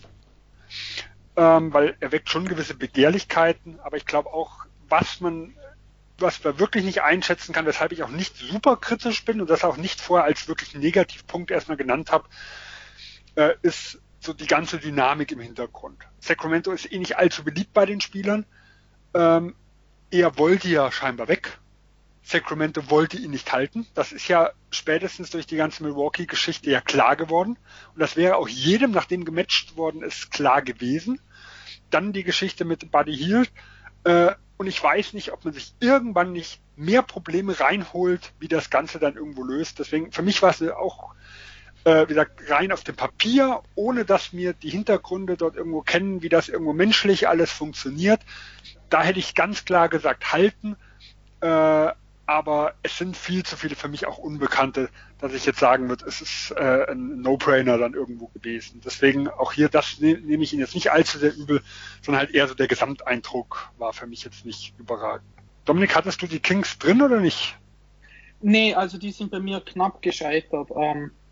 ähm, weil er weckt schon gewisse Begehrlichkeiten, aber ich glaube auch, was man was man wirklich nicht einschätzen kann, weshalb ich auch nicht super kritisch bin und das auch nicht vorher als wirklich Negativpunkt erstmal genannt habe, äh, ist so die ganze Dynamik im Hintergrund. Sacramento ist eh nicht allzu beliebt bei den Spielern. Ähm, er wollte ja scheinbar weg. Sacramento wollte ihn nicht halten. Das ist ja spätestens durch die ganze Milwaukee-Geschichte ja klar geworden. Und das wäre auch jedem, nachdem gematcht worden ist, klar gewesen. Dann die Geschichte mit Buddy Hield. Äh, Und ich weiß nicht, ob man sich irgendwann nicht mehr Probleme reinholt, wie das Ganze dann irgendwo löst. Deswegen, für mich war es auch, äh, wie gesagt, rein auf dem Papier, ohne dass wir die Hintergründe dort irgendwo kennen, wie das irgendwo menschlich alles funktioniert. Da hätte ich ganz klar gesagt, halten. Äh, aber es sind viel zu viele für mich auch Unbekannte, dass ich jetzt sagen würde, es ist äh, ein No-Brainer dann irgendwo gewesen. Deswegen auch hier, das ne, nehme ich Ihnen jetzt nicht allzu sehr übel, sondern halt eher so der Gesamteindruck war für mich jetzt nicht überragend. Dominik, hattest du die Kings drin oder nicht? Nee, also die sind bei mir knapp gescheitert. Ähm,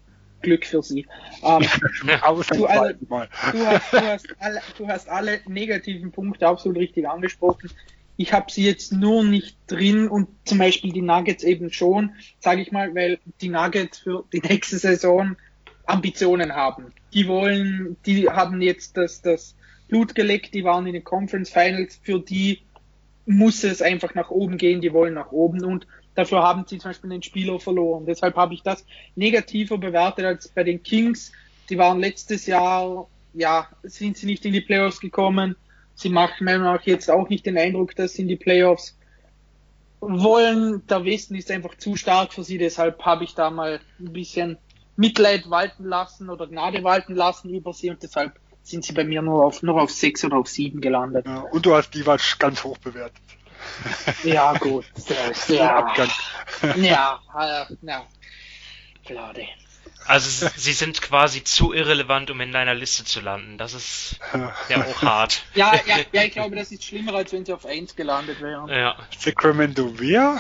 Glück für sie. Ähm, du, also, mal. du, hast, du, hast alle, du hast alle negativen Punkte absolut richtig angesprochen. Ich habe sie jetzt nur nicht drin und zum Beispiel die Nuggets eben schon, sage ich mal, weil die Nuggets für die nächste Saison Ambitionen haben. Die wollen, die haben jetzt das, das Blut geleckt, die waren in den Conference Finals, für die muss es einfach nach oben gehen, die wollen nach oben und dafür haben sie zum Beispiel den Spieler verloren. Deshalb habe ich das negativer bewertet als bei den Kings. Die waren letztes Jahr, ja, sind sie nicht in die Playoffs gekommen. Sie machen meiner Meinung nach jetzt auch nicht den Eindruck, dass sie in die Playoffs wollen. Der Westen ist einfach zu stark für sie, deshalb habe ich da mal ein bisschen Mitleid walten lassen oder Gnade walten lassen über sie und deshalb sind sie bei mir nur auf, nur auf sechs oder auf sieben gelandet. Ja, und du hast Divac ganz hoch bewertet. Ja, gut. Das, ja, ja, ja, ja, Claude. Also sie sind quasi zu irrelevant, um in deiner Liste zu landen. Das ist ja auch hart. Ja, ja, ja, ich glaube, das ist schlimmer, als wenn sie auf eins gelandet wären. Ja. Sacramento wer?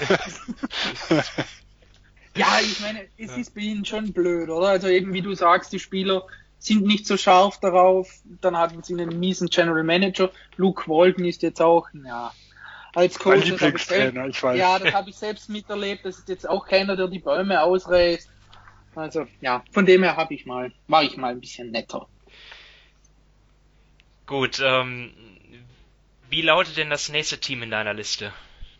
Ja, ich meine, es ist bei ihnen schon blöd, oder? Also eben, wie du sagst, die Spieler sind nicht so scharf darauf. Dann hatten sie einen miesen General Manager. Luke Walton ist jetzt auch, ja, als Coach. Mein Lieblingstrainer, ich weiß. Ja, das habe ich selbst miterlebt. Das ist jetzt auch keiner, der die Bäume ausreißt. Also, ja, von dem her habe ich mal, war ich mal ein bisschen netter. Gut, ähm, wie lautet denn das nächste Team in deiner Liste,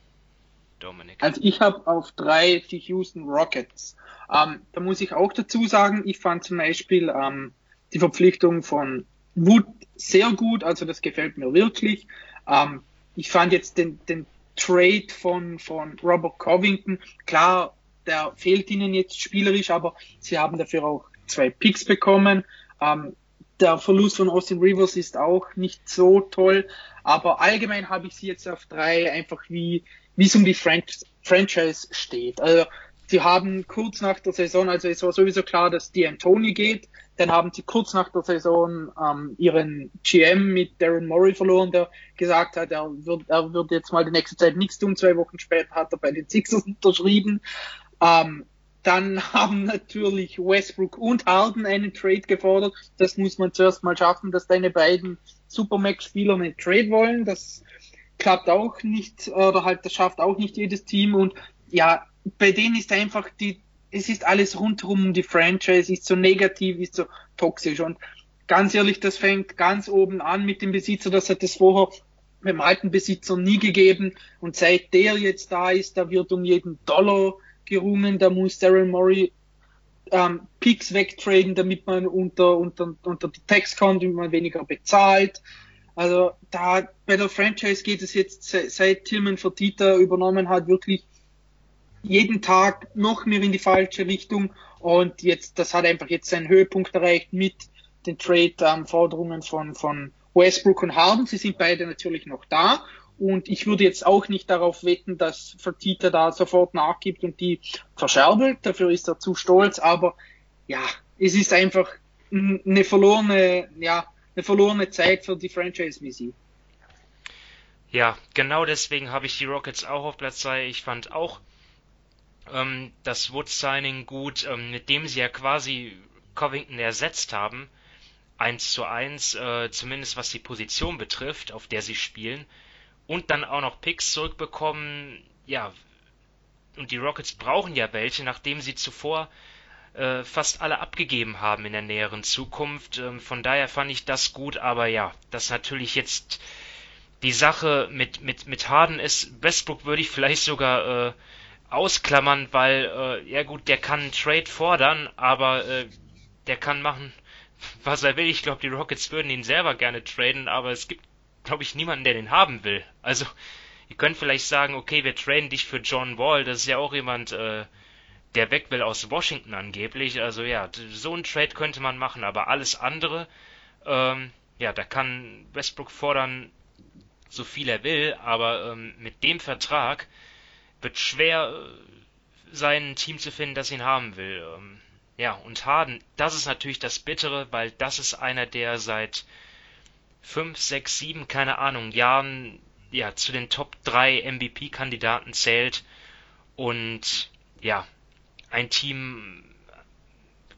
Dominik? Also ich habe auf drei die Houston Rockets. Ähm, da muss ich auch dazu sagen, ich fand zum Beispiel ähm, die Verpflichtung von Wood sehr gut, also das gefällt mir wirklich. Ähm, ich fand jetzt den, den Trade von, von Robert Covington, klar, der fehlt ihnen jetzt spielerisch, aber sie haben dafür auch zwei Picks bekommen. Ähm, der Verlust von Austin Rivers ist auch nicht so toll, aber allgemein habe ich sie jetzt auf drei, einfach wie wie es um die Fran- Franchise steht. Also sie haben kurz nach der Saison, also es war sowieso klar, dass D'Antoni geht, dann haben sie kurz nach der Saison ähm, ihren G M mit Darren Morey verloren, der gesagt hat, er wird, er wird jetzt mal die nächste Zeit nichts tun. Zwei Wochen später hat er bei den Sixers unterschrieben. Ähm, dann haben natürlich Westbrook und Harden einen Trade gefordert. Das muss man zuerst mal schaffen, dass deine beiden Supermax-Spieler einen Trade wollen. Das klappt auch nicht, oder halt, das schafft auch nicht jedes Team. Und ja, bei denen ist einfach die, es ist alles rundherum um die Franchise, ist so negativ, ist so toxisch. Und ganz ehrlich, das fängt ganz oben an mit dem Besitzer. Das hat es vorher mit dem alten Besitzer nie gegeben. Und seit der jetzt da ist, da wird um jeden Dollar gerungen, da muss Darren Morey ähm, Picks wegtraden, damit man unter, unter, unter die Tax kommt und man weniger bezahlt. Also da bei der Franchise geht es jetzt, seit Tillman Fertitta übernommen hat, wirklich jeden Tag noch mehr in die falsche Richtung. Und jetzt, das hat einfach jetzt seinen Höhepunkt erreicht mit den Trade-Forderungen ähm, von, von Westbrook und Harden. Sie sind beide natürlich noch da. Und ich würde jetzt auch nicht darauf wetten, dass Fertitta da sofort nachgibt und die verscherbelt. Dafür ist er zu stolz. Aber ja, es ist einfach eine verlorene, ja, eine verlorene Zeit für die Franchise wie sie. Ja, genau deswegen habe ich die Rockets auch auf Platz zwei. Ich fand auch ähm, das Wood-Signing gut, ähm, mit dem sie ja quasi Covington ersetzt haben. eins zu eins, äh, zumindest was die Position betrifft, auf der sie spielen. Und dann auch noch Picks zurückbekommen. Ja, und die Rockets brauchen ja welche, nachdem sie zuvor äh, fast alle abgegeben haben in der näheren Zukunft. Ähm, von daher fand ich das gut, aber ja, dass natürlich jetzt die Sache mit mit mit Harden ist. Westbrook würde ich vielleicht sogar äh, ausklammern, weil äh, ja gut, der kann einen Trade fordern, aber äh, der kann machen, was er will. Ich glaube, die Rockets würden ihn selber gerne traden, aber es gibt, glaube ich, niemanden, der den haben will. Also, ihr könnt vielleicht sagen, okay, wir traden dich für John Wall, das ist ja auch jemand, äh, der weg will aus Washington angeblich. Also ja, so einen Trade könnte man machen, aber alles andere, ähm, ja, da kann Westbrook fordern, so viel er will, aber ähm, mit dem Vertrag wird schwer äh, sein, ein Team zu finden, das ihn haben will. Ähm, ja, und Harden, das ist natürlich das Bittere, weil das ist einer, der seit fünf, sechs, sieben, keine Ahnung, Jahren ja zu den Top drei M V P-Kandidaten zählt und ja, ein Team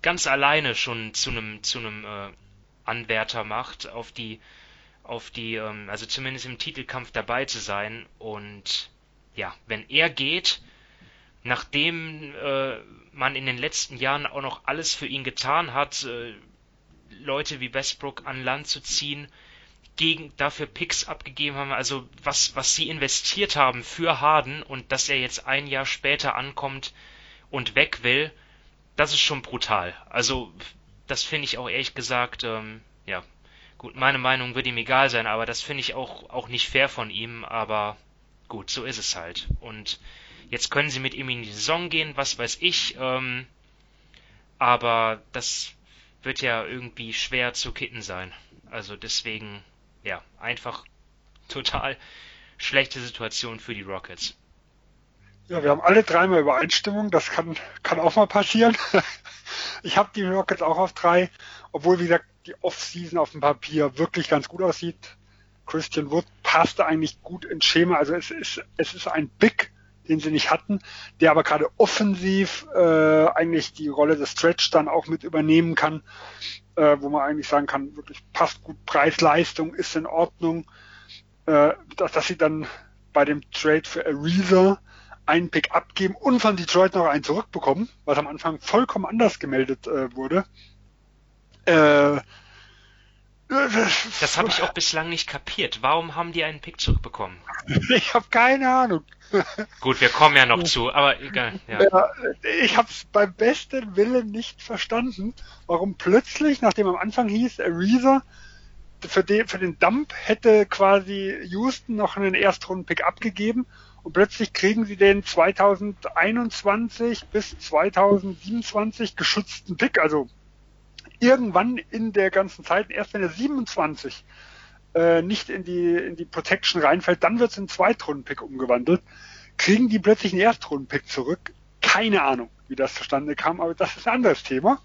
ganz alleine schon zu einem zu einem äh, Anwärter macht, auf die auf die ähm, also zumindest im Titelkampf dabei zu sein. Und ja, wenn er geht, nachdem äh, man in den letzten Jahren auch noch alles für ihn getan hat, äh, Leute wie Westbrook an Land zu ziehen, gegen dafür Picks abgegeben haben, also was was sie investiert haben für Harden, und dass er jetzt ein Jahr später ankommt und weg will, das ist schon brutal. Also das finde ich auch ehrlich gesagt, ähm, ja gut, meine Meinung wird ihm egal sein, aber das finde ich auch auch nicht fair von ihm, aber gut, so ist es halt. Und jetzt können sie mit ihm in die Saison gehen, was weiß ich, ähm, aber das wird ja irgendwie schwer zu kitten sein. Also deswegen, ja, einfach total schlechte Situation für die Rockets. Ja, wir haben alle dreimal Übereinstimmung, das kann, kann auch mal passieren. Ich habe die Rockets auch auf drei, obwohl, wie gesagt, die Offseason auf dem Papier wirklich ganz gut aussieht. Christian Wood passte eigentlich gut ins Schema, also es ist, es ist ein Big, den sie nicht hatten, der aber gerade offensiv äh, eigentlich die Rolle des Stretch dann auch mit übernehmen kann, äh, wo man eigentlich sagen kann, wirklich passt gut, Preis-Leistung ist in Ordnung, äh, dass, dass sie dann bei dem Trade für Ariza einen Pick abgeben und von Detroit noch einen zurückbekommen, was am Anfang vollkommen anders gemeldet äh, wurde. Äh, Das habe ich auch bislang nicht kapiert. Warum haben die einen Pick zurückbekommen? Ich habe keine Ahnung. Gut, wir kommen ja noch zu, aber egal. Ja. Ja, ich habe es beim besten Willen nicht verstanden, warum plötzlich, nachdem am Anfang hieß, Ariza für den, für den Dump hätte quasi Houston noch einen Erstrunden-Pick abgegeben und plötzlich kriegen sie den zwanzig einundzwanzig bis zwanzig siebenundzwanzig geschützten Pick, also irgendwann in der ganzen Zeit, erst wenn der siebenundzwanzig äh, nicht in die in die Protection reinfällt, dann wird es in einen Zweitrunden-Pick umgewandelt, kriegen die plötzlich einen Erstrunden-Pick zurück. Keine Ahnung, wie das zustande kam, aber das ist ein anderes Thema.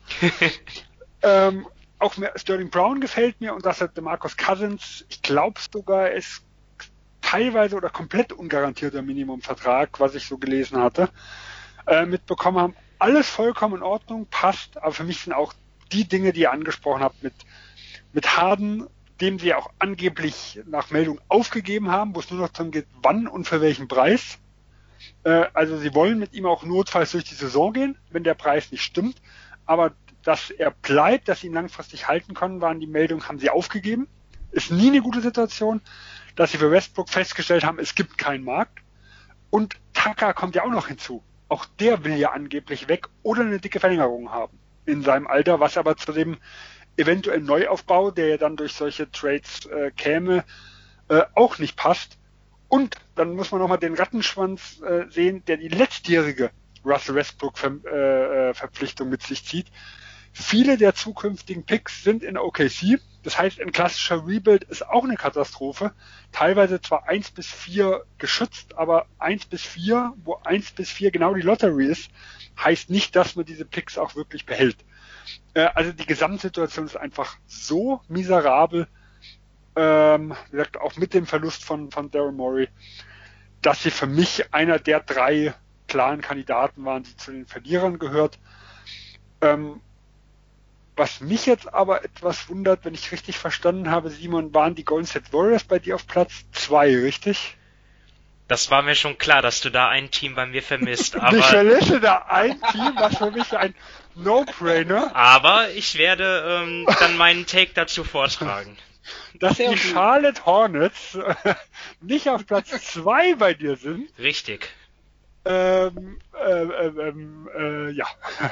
ähm, auch mehr, Sterling Brown gefällt mir und das hat DeMarcus Cousins, ich glaube sogar, ist teilweise oder komplett ungarantierter Minimumvertrag, was ich so gelesen hatte, äh, mitbekommen haben. Alles vollkommen in Ordnung, passt, aber für mich sind auch die Dinge, die ihr angesprochen habt, mit, mit Harden, dem sie auch angeblich nach Meldung aufgegeben haben, wo es nur noch darum geht, wann und für welchen Preis. Äh, also sie wollen mit ihm auch notfalls durch die Saison gehen, wenn der Preis nicht stimmt. Aber dass er bleibt, dass sie ihn langfristig halten können, waren die Meldungen, haben sie aufgegeben. Ist nie eine gute Situation, dass sie für Westbrook festgestellt haben, es gibt keinen Markt. Und Tucker kommt ja auch noch hinzu. Auch der will ja angeblich weg oder eine dicke Verlängerung haben in seinem Alter, was aber zu dem eventuellen Neuaufbau, der ja dann durch solche Trades äh, käme, äh, auch nicht passt. Und dann muss man nochmal den Rattenschwanz äh, sehen, der die letztjährige Russell Westbrook-Verpflichtung mit sich zieht. Viele der zukünftigen Picks sind in O K C. Das heißt, ein klassischer Rebuild ist auch eine Katastrophe. Teilweise zwar eins bis vier geschützt, aber eins bis vier, wo eins bis vier genau die Lottery ist, heißt nicht, dass man diese Picks auch wirklich behält. Äh, also die Gesamtsituation ist einfach so miserabel, ähm, wie gesagt, auch mit dem Verlust von, von Daryl Morey, dass sie für mich einer der drei klaren Kandidaten waren, die zu den Verlierern gehört. Ähm, was mich jetzt aber etwas wundert, wenn ich richtig verstanden habe, Simon, waren die Golden State Warriors bei dir auf Platz zwei, richtig? Das war mir schon klar, dass du da ein Team bei mir vermisst. Aber ich vermisse da ein Team, was für mich ein No-Brainer. Aber ich werde ähm, dann meinen Take dazu vortragen. Dass die Charlotte Hornets äh, nicht auf Platz zwei bei dir sind. Richtig. Ähm, äh, ähm, äh, ja.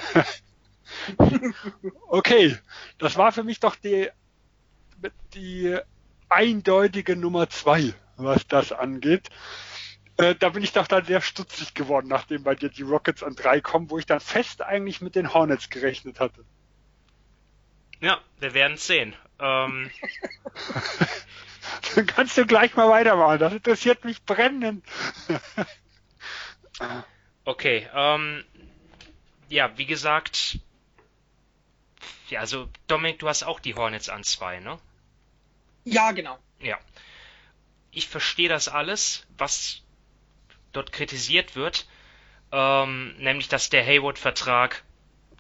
Okay, das war für mich doch die, die eindeutige Nummer zwei, was das angeht. Äh, da bin ich doch dann sehr stutzig geworden, nachdem bei dir die Rockets an drei kommen, wo ich dann fest eigentlich mit den Hornets gerechnet hatte. Ja, wir werden es sehen. Ähm... Dann kannst du gleich mal weitermachen, das interessiert mich brennend. Okay, ähm, ja, wie gesagt, ja, also Dominik, du hast auch die Hornets an zwei, ne? Ja, genau. Ja. Ich verstehe das alles, was dort kritisiert wird, ähm, nämlich, dass der Hayward-Vertrag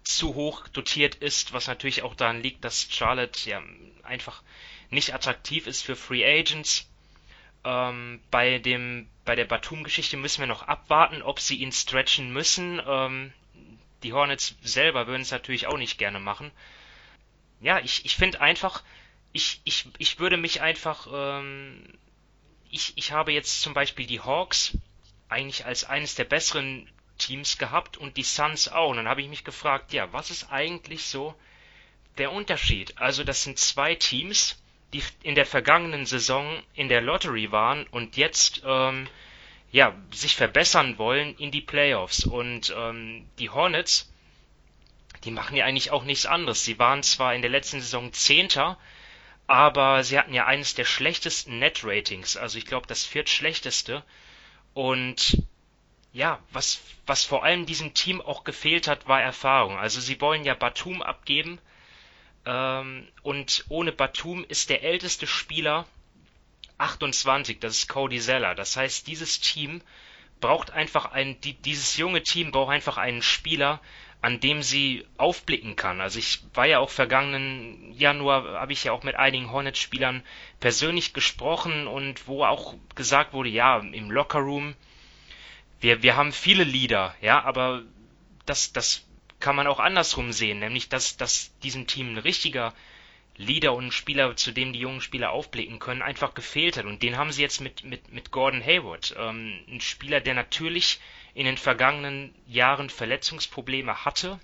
zu hoch dotiert ist, was natürlich auch daran liegt, dass Charlotte ja einfach nicht attraktiv ist für Free Agents. Ähm, bei dem bei der Batum-Geschichte müssen wir noch abwarten, ob sie ihn stretchen müssen. Ähm, die Hornets selber würden es natürlich auch nicht gerne machen. Ja, ich, ich finde einfach, ich, ich, ich würde mich einfach, ähm, ich, ich habe jetzt zum Beispiel die Hawks eigentlich als eines der besseren Teams gehabt und die Suns auch. Und dann habe ich mich gefragt, ja, was ist eigentlich so der Unterschied? Also das sind zwei Teams, die in der vergangenen Saison in der Lottery waren und jetzt ähm, ja sich verbessern wollen in die Playoffs. Und ähm, die Hornets, die machen ja eigentlich auch nichts anderes. Sie waren zwar in der letzten Saison Zehnter, aber sie hatten ja eines der schlechtesten Net-Ratings, also ich glaube das viertschlechteste. Und ja, was, was vor allem diesem Team auch gefehlt hat, war Erfahrung. Also sie wollen ja Batum abgeben, ähm, und ohne Batum ist der älteste Spieler achtundzwanzig, das ist Cody Zeller. Das heißt, dieses Team braucht einfach ein, die, dieses junge Team braucht einfach einen Spieler, an dem sie aufblicken kann. Also ich war ja auch vergangenen Januar, habe ich ja auch mit einigen Hornets-Spielern persönlich gesprochen und wo auch gesagt wurde, ja, im Lockerroom, wir, wir haben viele Leader, ja, aber das, das kann man auch andersrum sehen, nämlich dass, dass diesem Team ein richtiger Leader und ein Spieler, zu dem die jungen Spieler aufblicken können, einfach gefehlt hat. Und den haben sie jetzt mit, mit, mit Gordon Hayward. Ähm, ein Spieler, der natürlich in den vergangenen Jahren Verletzungsprobleme hatte.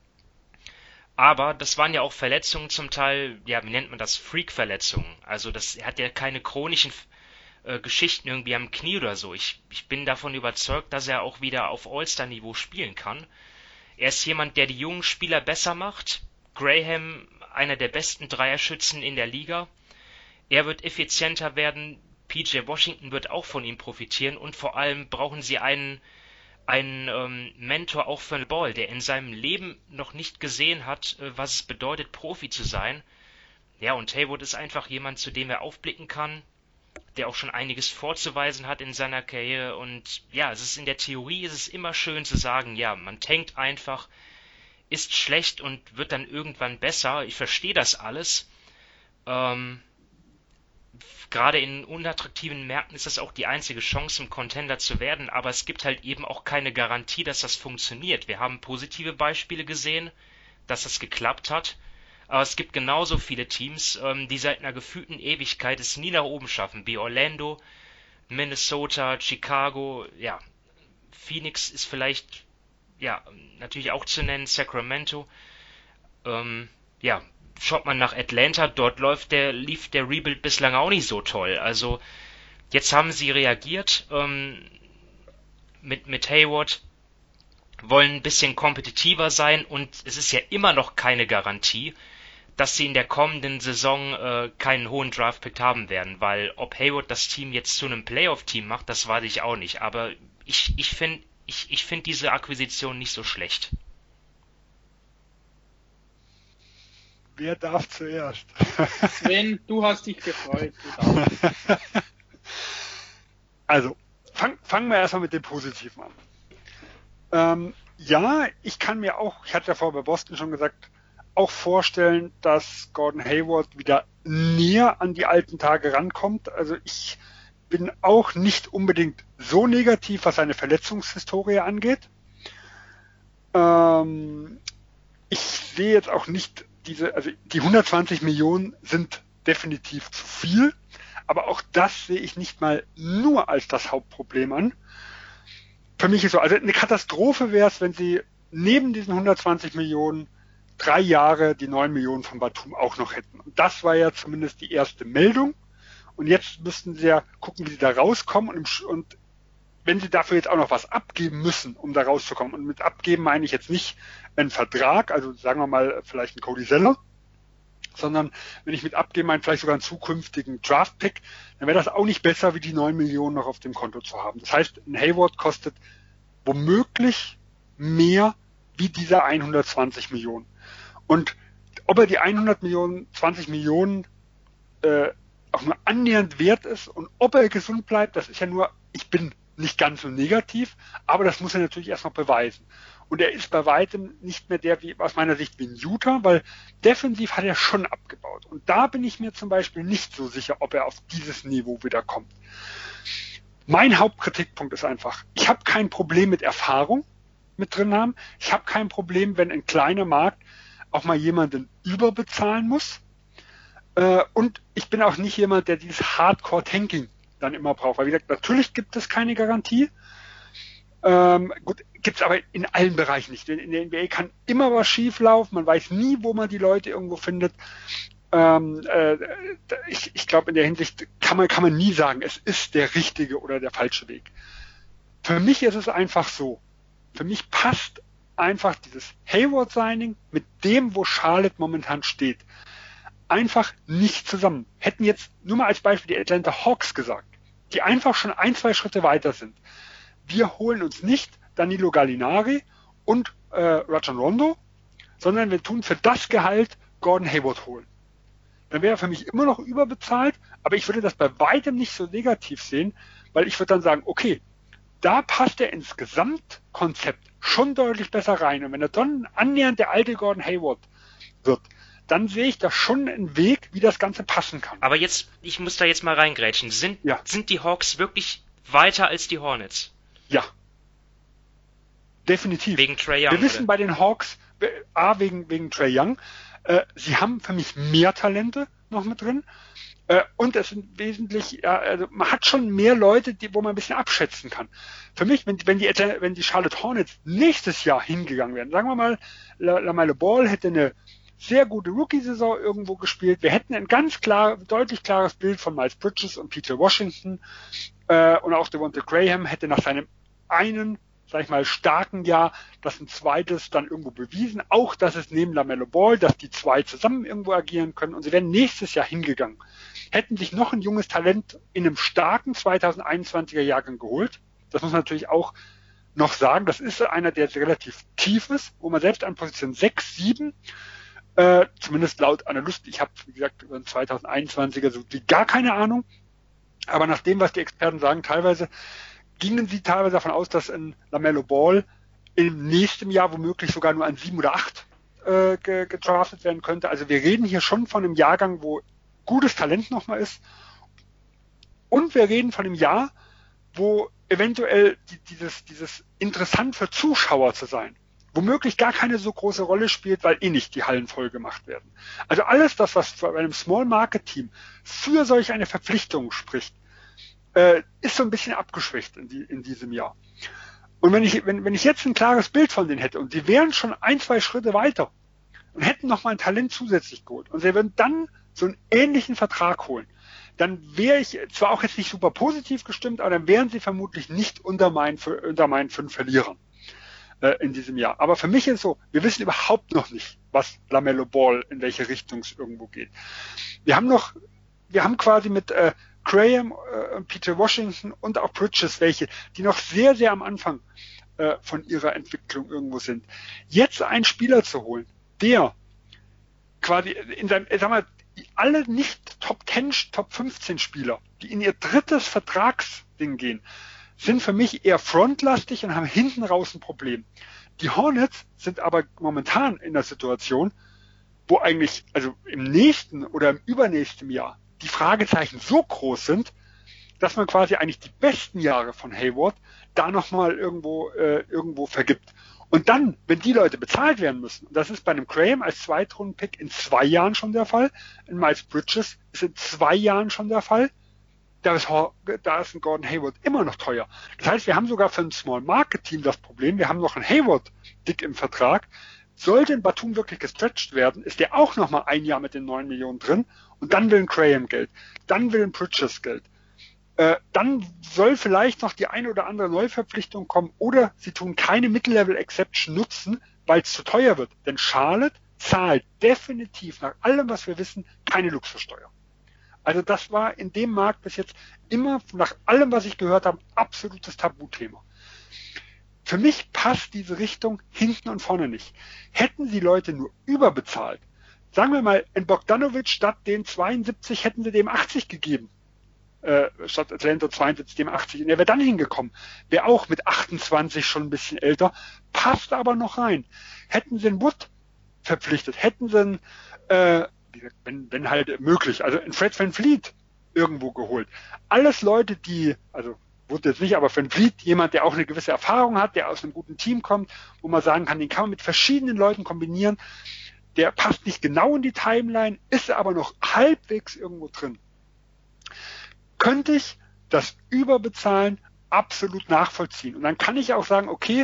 Aber das waren ja auch Verletzungen zum Teil, ja, wie nennt man das, Freak-Verletzungen. Also das, er hat ja keine chronischen äh, Geschichten irgendwie am Knie oder so. Ich, ich bin davon überzeugt, dass er auch wieder auf All-Star-Niveau spielen kann. Er ist jemand, der die jungen Spieler besser macht. Graham, einer der besten Dreierschützen in der Liga. Er wird effizienter werden. P J Washington wird auch von ihm profitieren. Und vor allem brauchen sie einen, einen ähm, Mentor auch für den Ball, der in seinem Leben noch nicht gesehen hat, äh, was es bedeutet, Profi zu sein. Ja, und Hayward ist einfach jemand, zu dem er aufblicken kann, der auch schon einiges vorzuweisen hat in seiner Karriere. Und ja, es ist in der Theorie ist es immer schön zu sagen, ja, man tankt einfach, ist schlecht und wird dann irgendwann besser. Ich verstehe das alles. Ähm, gerade in unattraktiven Märkten ist das auch die einzige Chance, ein Contender zu werden, aber es gibt halt eben auch keine Garantie, dass das funktioniert. Wir haben positive Beispiele gesehen, dass das geklappt hat, aber es gibt genauso viele Teams, ähm, die seit einer gefühlten Ewigkeit es nie nach oben schaffen, wie Orlando, Minnesota, Chicago, ja, Phoenix ist vielleicht, ja, natürlich auch zu nennen, Sacramento, ähm, ja, schaut man nach Atlanta, dort läuft der, lief der Rebuild bislang auch nicht so toll. Also jetzt haben sie reagiert ähm, mit, mit Hayward, wollen ein bisschen kompetitiver sein und es ist ja immer noch keine Garantie, dass sie in der kommenden Saison äh, keinen hohen Draftpick haben werden, weil ob Hayward das Team jetzt zu einem Playoff-Team macht, das weiß ich auch nicht. Aber ich, ich finde ich, ich find diese Akquisition nicht so schlecht. Wer darf zuerst? Sven, du hast dich gefreut. Du also, fang, fangen wir erstmal mit dem Positiven an. Ähm, ja, ich kann mir auch, ich hatte ja vorher bei Boston schon gesagt, auch vorstellen, dass Gordon Hayward wieder näher an die alten Tage rankommt. Also ich bin auch nicht unbedingt so negativ, was seine Verletzungshistorie angeht. Ähm, ich sehe jetzt auch nicht diese, also die hundertzwanzig Millionen sind definitiv zu viel, aber auch das sehe ich nicht mal nur als das Hauptproblem an. Für mich ist so, also eine Katastrophe wäre es, wenn sie neben diesen hundertzwanzig Millionen drei Jahre die neun Millionen von Batum auch noch hätten. Und das war ja zumindest die erste Meldung. Und jetzt müssten sie ja gucken, wie sie da rauskommen. Und, im, und wenn sie dafür jetzt auch noch was abgeben müssen, um da rauszukommen, und mit abgeben meine ich jetzt nicht einen Vertrag, also sagen wir mal vielleicht einen Cody Zeller, sondern wenn ich mit abgeben meine vielleicht sogar einen zukünftigen Draft-Pick, dann wäre das auch nicht besser, wie die neun Millionen noch auf dem Konto zu haben. Das heißt, ein Hayward kostet womöglich mehr wie diese hundertzwanzig Millionen. Und ob er die hundert Millionen, zwanzig Millionen äh, auch nur annähernd wert ist und ob er gesund bleibt, das ist ja nur, ich bin nicht ganz so negativ, aber das muss er natürlich erst noch beweisen. und er ist bei weitem nicht mehr der, wie aus meiner Sicht, wie ein Utah, weil defensiv hat er schon abgebaut. Und da bin ich mir zum Beispiel nicht so sicher, ob er auf dieses Niveau wieder kommt. Mein Hauptkritikpunkt ist einfach, ich habe kein Problem mit Erfahrung mit drin haben. Ich habe kein Problem, wenn ein kleiner Markt auch mal jemanden überbezahlen muss. Äh, und ich bin auch nicht jemand, der dieses Hardcore-Tanking dann immer braucht. Weil wie gesagt, natürlich gibt es keine Garantie. Ähm, gut, gibt es aber in allen Bereichen nicht. In der N B A kann immer was schief laufen. Man weiß nie, wo man die Leute irgendwo findet. Ähm, äh, ich ich glaube, in der Hinsicht kann man, kann man nie sagen, es ist der richtige oder der falsche Weg. Für mich ist es einfach so. Für mich passt einfach dieses Hayward-Signing mit dem, wo Charlotte momentan steht, einfach nicht zusammen. Hätten jetzt nur mal als Beispiel die Atlanta Hawks gesagt, die einfach schon ein, zwei Schritte weiter sind. Wir holen uns nicht Danilo Gallinari und äh, Rajon Rondo, sondern wir tun für das Gehalt Gordon Hayward holen. Dann wäre er für mich immer noch überbezahlt, aber ich würde das bei weitem nicht so negativ sehen, weil ich würde dann sagen, okay, da passt er ins Gesamtkonzept schon deutlich besser rein. Und wenn er dann annähernd der alte Gordon Hayward wird, dann sehe ich da schon einen Weg, wie das Ganze passen kann. Aber jetzt, ich muss da jetzt mal reingrätschen. Sind, ja. sind die Hawks wirklich weiter als die Hornets? Ja. Definitiv. Wegen Trae Young. Wir wissen oder? bei den Hawks, A, wegen, wegen Trae Young, äh, sie haben für mich mehr Talente noch mit drin. Äh, und es sind wesentlich, ja, also man hat schon mehr Leute, die, wo man ein bisschen abschätzen kann. Für mich, wenn, wenn, die, wenn die Charlotte Hornets nächstes Jahr hingegangen wären, sagen wir mal, LaMelo Ball hätte eine sehr gute Rookie-Saison irgendwo gespielt. Wir hätten ein ganz klar, deutlich klares Bild von Miles Bridges und P J Washington äh, und auch Devontae Graham hätte nach seinem einen, sag ich mal, starken Jahr das ein zweites dann irgendwo bewiesen. Auch, dass es neben LaMelo Ball, dass die zwei zusammen irgendwo agieren können und sie wären nächstes Jahr hingegangen. Hätten sich noch ein junges Talent in einem starken zwanzig einundzwanziger Jahrgang geholt. Das muss man natürlich auch noch sagen. Das ist einer, der relativ tief ist, wo man selbst an Position sechs, sieben Äh, zumindest laut Analysten, ich habe, wie gesagt, über den zwanzig einundzwanziger so wie gar keine Ahnung, aber nach dem, was die Experten sagen, teilweise gingen sie teilweise davon aus, dass ein LaMelo Ball im nächsten Jahr womöglich sogar nur an sieben oder acht äh, gedraftet werden könnte. Also wir reden hier schon von einem Jahrgang, wo gutes Talent nochmal ist und wir reden von einem Jahr, wo eventuell die, dieses, dieses interessant für Zuschauer zu sein, womöglich gar keine so große Rolle spielt, weil eh nicht die Hallen voll gemacht werden. Also alles das, was bei einem Small Market Team für solch eine Verpflichtung spricht, äh, ist so ein bisschen abgeschwächt in, die, in diesem Jahr. Und wenn ich, wenn, wenn ich jetzt ein klares Bild von denen hätte und die wären schon ein, zwei Schritte weiter und hätten noch mal ein Talent zusätzlich geholt und sie würden dann so einen ähnlichen Vertrag holen, dann wäre ich zwar auch jetzt nicht super positiv gestimmt, aber dann wären sie vermutlich nicht unter meinen, unter meinen fünf Verlierern in diesem Jahr. Aber für mich ist so, wir wissen überhaupt noch nicht, was LaMelo Ball, in welche Richtung es irgendwo geht. Wir haben noch, wir haben quasi mit äh, Graham, äh, P J Washington und auch Bridges welche, die noch sehr, sehr am Anfang äh, von ihrer Entwicklung irgendwo sind. Jetzt einen Spieler zu holen, der quasi in seinem, sag mal, alle nicht Top zehn, Top fünfzehn Spieler, die in ihr drittes Vertragsding gehen, sind für mich eher frontlastig und haben hinten raus ein Problem. Die Hornets sind aber momentan in der Situation, wo eigentlich, also im nächsten oder im übernächsten Jahr, die Fragezeichen so groß sind, dass man quasi eigentlich die besten Jahre von Hayward da nochmal irgendwo, äh, irgendwo vergibt. Und dann, wenn die Leute bezahlt werden müssen, und das ist bei einem Graham als Zweitrunden-Pick in zwei Jahren schon der Fall, in Miles Bridges ist in zwei Jahren schon der Fall, Da ist, da ist ein Gordon Hayward immer noch teuer. Das heißt, wir haben sogar für ein Small Market Team das Problem, wir haben noch einen Hayward dick im Vertrag. Sollte ein Batum wirklich gestretched werden, ist der auch nochmal ein Jahr mit den neun Millionen drin und dann will ein Graham Geld, dann will ein Bridges Geld. Äh, dann soll vielleicht noch die eine oder andere Neuverpflichtung kommen oder sie tun keine Mid-Level-Exception nutzen, weil es zu teuer wird. Denn Charlotte zahlt definitiv nach allem, was wir wissen, keine Luxussteuer. Also das war in dem Markt bis jetzt immer, nach allem, was ich gehört habe, absolutes Tabuthema. Für mich passt diese Richtung hinten und vorne nicht. Hätten die Leute nur überbezahlt, sagen wir mal, in Bogdanovic statt den zweiundsiebzig hätten sie dem achtzig gegeben. äh, statt Atlanta zweiundsiebzig, dem achtzig. Und er wäre dann hingekommen. Wäre auch mit achtundzwanzig schon ein bisschen älter. Passt aber noch rein. Hätten sie einen Wood verpflichtet, hätten sie einen, äh, wenn, wenn halt möglich, also einen Fred VanVleet irgendwo geholt. Alles Leute, die, also Wood jetzt nicht, aber VanVleet, jemand, der auch eine gewisse Erfahrung hat, der aus einem guten Team kommt, wo man sagen kann, den kann man mit verschiedenen Leuten kombinieren. Der passt nicht genau in die Timeline, ist aber noch halbwegs irgendwo drin. Könnte ich das Überbezahlen absolut nachvollziehen. Und dann kann ich auch sagen, okay,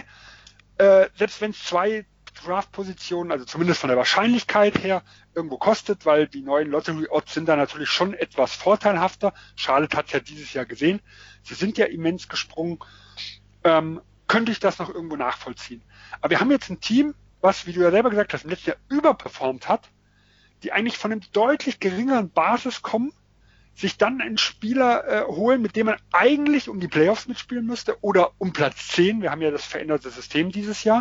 äh, selbst wenn es zwei Draft-Positionen, also zumindest von der Wahrscheinlichkeit her, irgendwo kostet, weil die neuen Lottery-Odds sind da natürlich schon etwas vorteilhafter. Charlotte hat es ja dieses Jahr gesehen. Sie sind ja immens gesprungen. Ähm, könnte ich das noch irgendwo nachvollziehen. Aber wir haben jetzt ein Team, was, wie du ja selber gesagt hast, im letzten Jahr überperformt hat, die eigentlich von einem deutlich geringeren Basis kommen, sich dann einen Spieler äh, holen, mit dem man eigentlich um die Playoffs mitspielen müsste oder um Platz zehn. Wir haben ja das veränderte System dieses Jahr.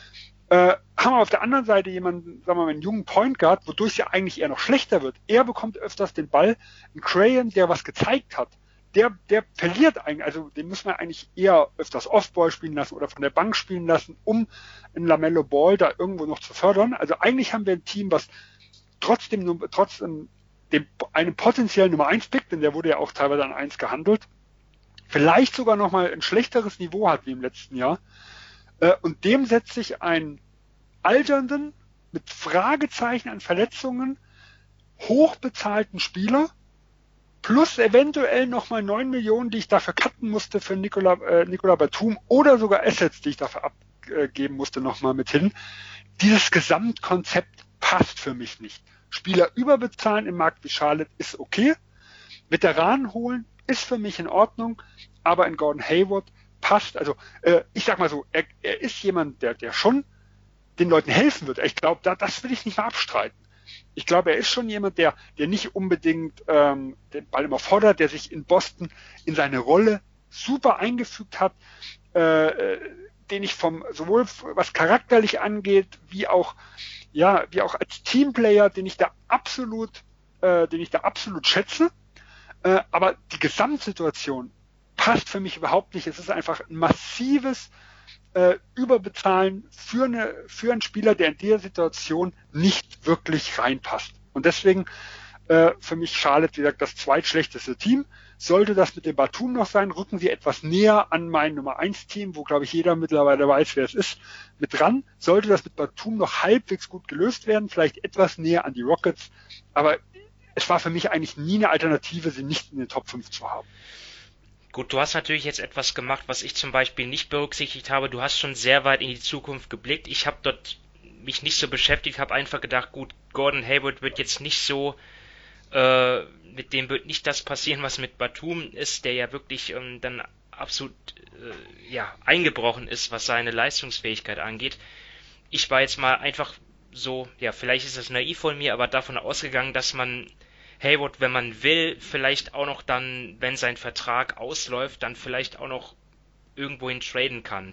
Äh, haben wir auf der anderen Seite jemanden, sagen wir mal, einen jungen Point Guard, wodurch es ja eigentlich eher noch schlechter wird. Er bekommt öfters den Ball. Ein Crayon, der was gezeigt hat, der, der verliert eigentlich, also den muss man eigentlich eher öfters Off-Ball spielen lassen oder von der Bank spielen lassen, um einen LaMelo Ball da irgendwo noch zu fördern. Also eigentlich haben wir ein Team, was trotzdem, trotzdem dem, einem potenziellen Nummer eins Pick, denn der wurde ja auch teilweise an eins gehandelt, vielleicht sogar nochmal ein schlechteres Niveau hat wie im letzten Jahr. Und dem setzt sich einen alternden, mit Fragezeichen an Verletzungen, hochbezahlten Spieler, plus eventuell nochmal neun Millionen, die ich dafür cutten musste für Nicola, äh, Nicola Batum oder sogar Assets, die ich dafür abgeben musste, nochmal mit hin. Dieses Gesamtkonzept passt für mich nicht. Spieler überbezahlen im Markt wie Charlotte ist okay. Veteranen holen ist für mich in Ordnung, aber in Gordon Hayward passt, also äh, ich sag mal so, er, er ist jemand, der, der schon den Leuten helfen wird. Ich glaube, da, das will ich nicht mehr abstreiten. Ich glaube, er ist schon jemand, der, der nicht unbedingt ähm, den Ball immer fordert, der sich in Boston in seine Rolle super eingefügt hat, äh, den ich vom sowohl was charakterlich angeht, wie auch ja, wie auch als Teamplayer, den ich da absolut, äh, den ich da absolut schätze. Äh, aber die Gesamtsituation passt für mich überhaupt nicht. Es ist einfach ein massives äh, Überbezahlen für, eine, für einen Spieler, der in der Situation nicht wirklich reinpasst. Und deswegen äh, für mich Charlotte, wie gesagt, das zweitschlechteste Team. Sollte das mit dem Batum noch sein, rücken sie etwas näher an mein Nummer eins Team, wo, glaube ich, jeder mittlerweile weiß, wer es ist, mit dran. Sollte das mit Batum noch halbwegs gut gelöst werden, vielleicht etwas näher an die Rockets. Aber es war für mich eigentlich nie eine Alternative, sie nicht in den Top fünf zu haben. Gut, du hast natürlich jetzt etwas gemacht, was ich zum Beispiel nicht berücksichtigt habe. Du hast schon sehr weit in die Zukunft geblickt. Ich habe dort mich nicht so beschäftigt, habe einfach gedacht, gut, Gordon Hayward wird jetzt nicht so, äh, mit dem wird nicht das passieren, was mit Batum ist, der ja wirklich ähm, dann absolut äh, ja eingebrochen ist, was seine Leistungsfähigkeit angeht. Ich war jetzt mal einfach so, ja, vielleicht ist das naiv von mir, aber davon ausgegangen, dass man Hayward, wenn man will, vielleicht auch noch dann, wenn sein Vertrag ausläuft, dann vielleicht auch noch irgendwohin traden kann.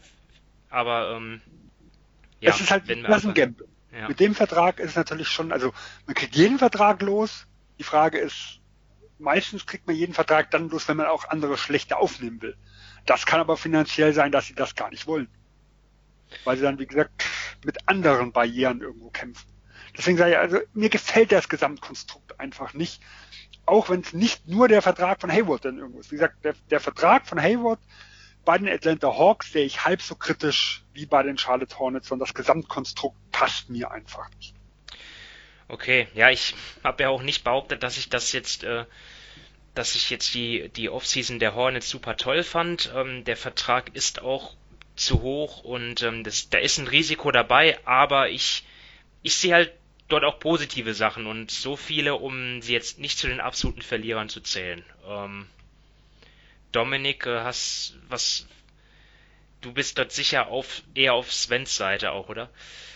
Aber ähm, ja, es ist halt wenn wir ein Gamble. Ja. Mit dem Vertrag ist es natürlich schon, also man kriegt jeden Vertrag los. Die Frage ist, meistens kriegt man jeden Vertrag dann los, wenn man auch andere schlechte aufnehmen will. Das kann aber finanziell sein, dass sie das gar nicht wollen. Weil sie dann, wie gesagt, mit anderen Barrieren irgendwo kämpfen. Deswegen sage ich, also mir gefällt das Gesamtkonstrukt einfach nicht, auch wenn es nicht nur der Vertrag von Hayward dann irgendwo ist. Wie gesagt, der, der Vertrag von Hayward bei den Atlanta Hawks sehe ich halb so kritisch wie bei den Charlotte Hornets, sondern das Gesamtkonstrukt passt mir einfach nicht. Okay, ja, ich habe ja auch nicht behauptet, dass ich das jetzt, äh, dass ich jetzt die die Offseason der Hornets super toll fand. Ähm, der Vertrag ist auch zu hoch und ähm, das, da ist ein Risiko dabei, aber ich ich sehe halt dort auch positive Sachen und so viele, um sie jetzt nicht zu den absoluten Verlierern zu zählen. Ähm, Dominik, äh, hast was? Du bist dort sicher auf eher auf Svens Seite auch, oder?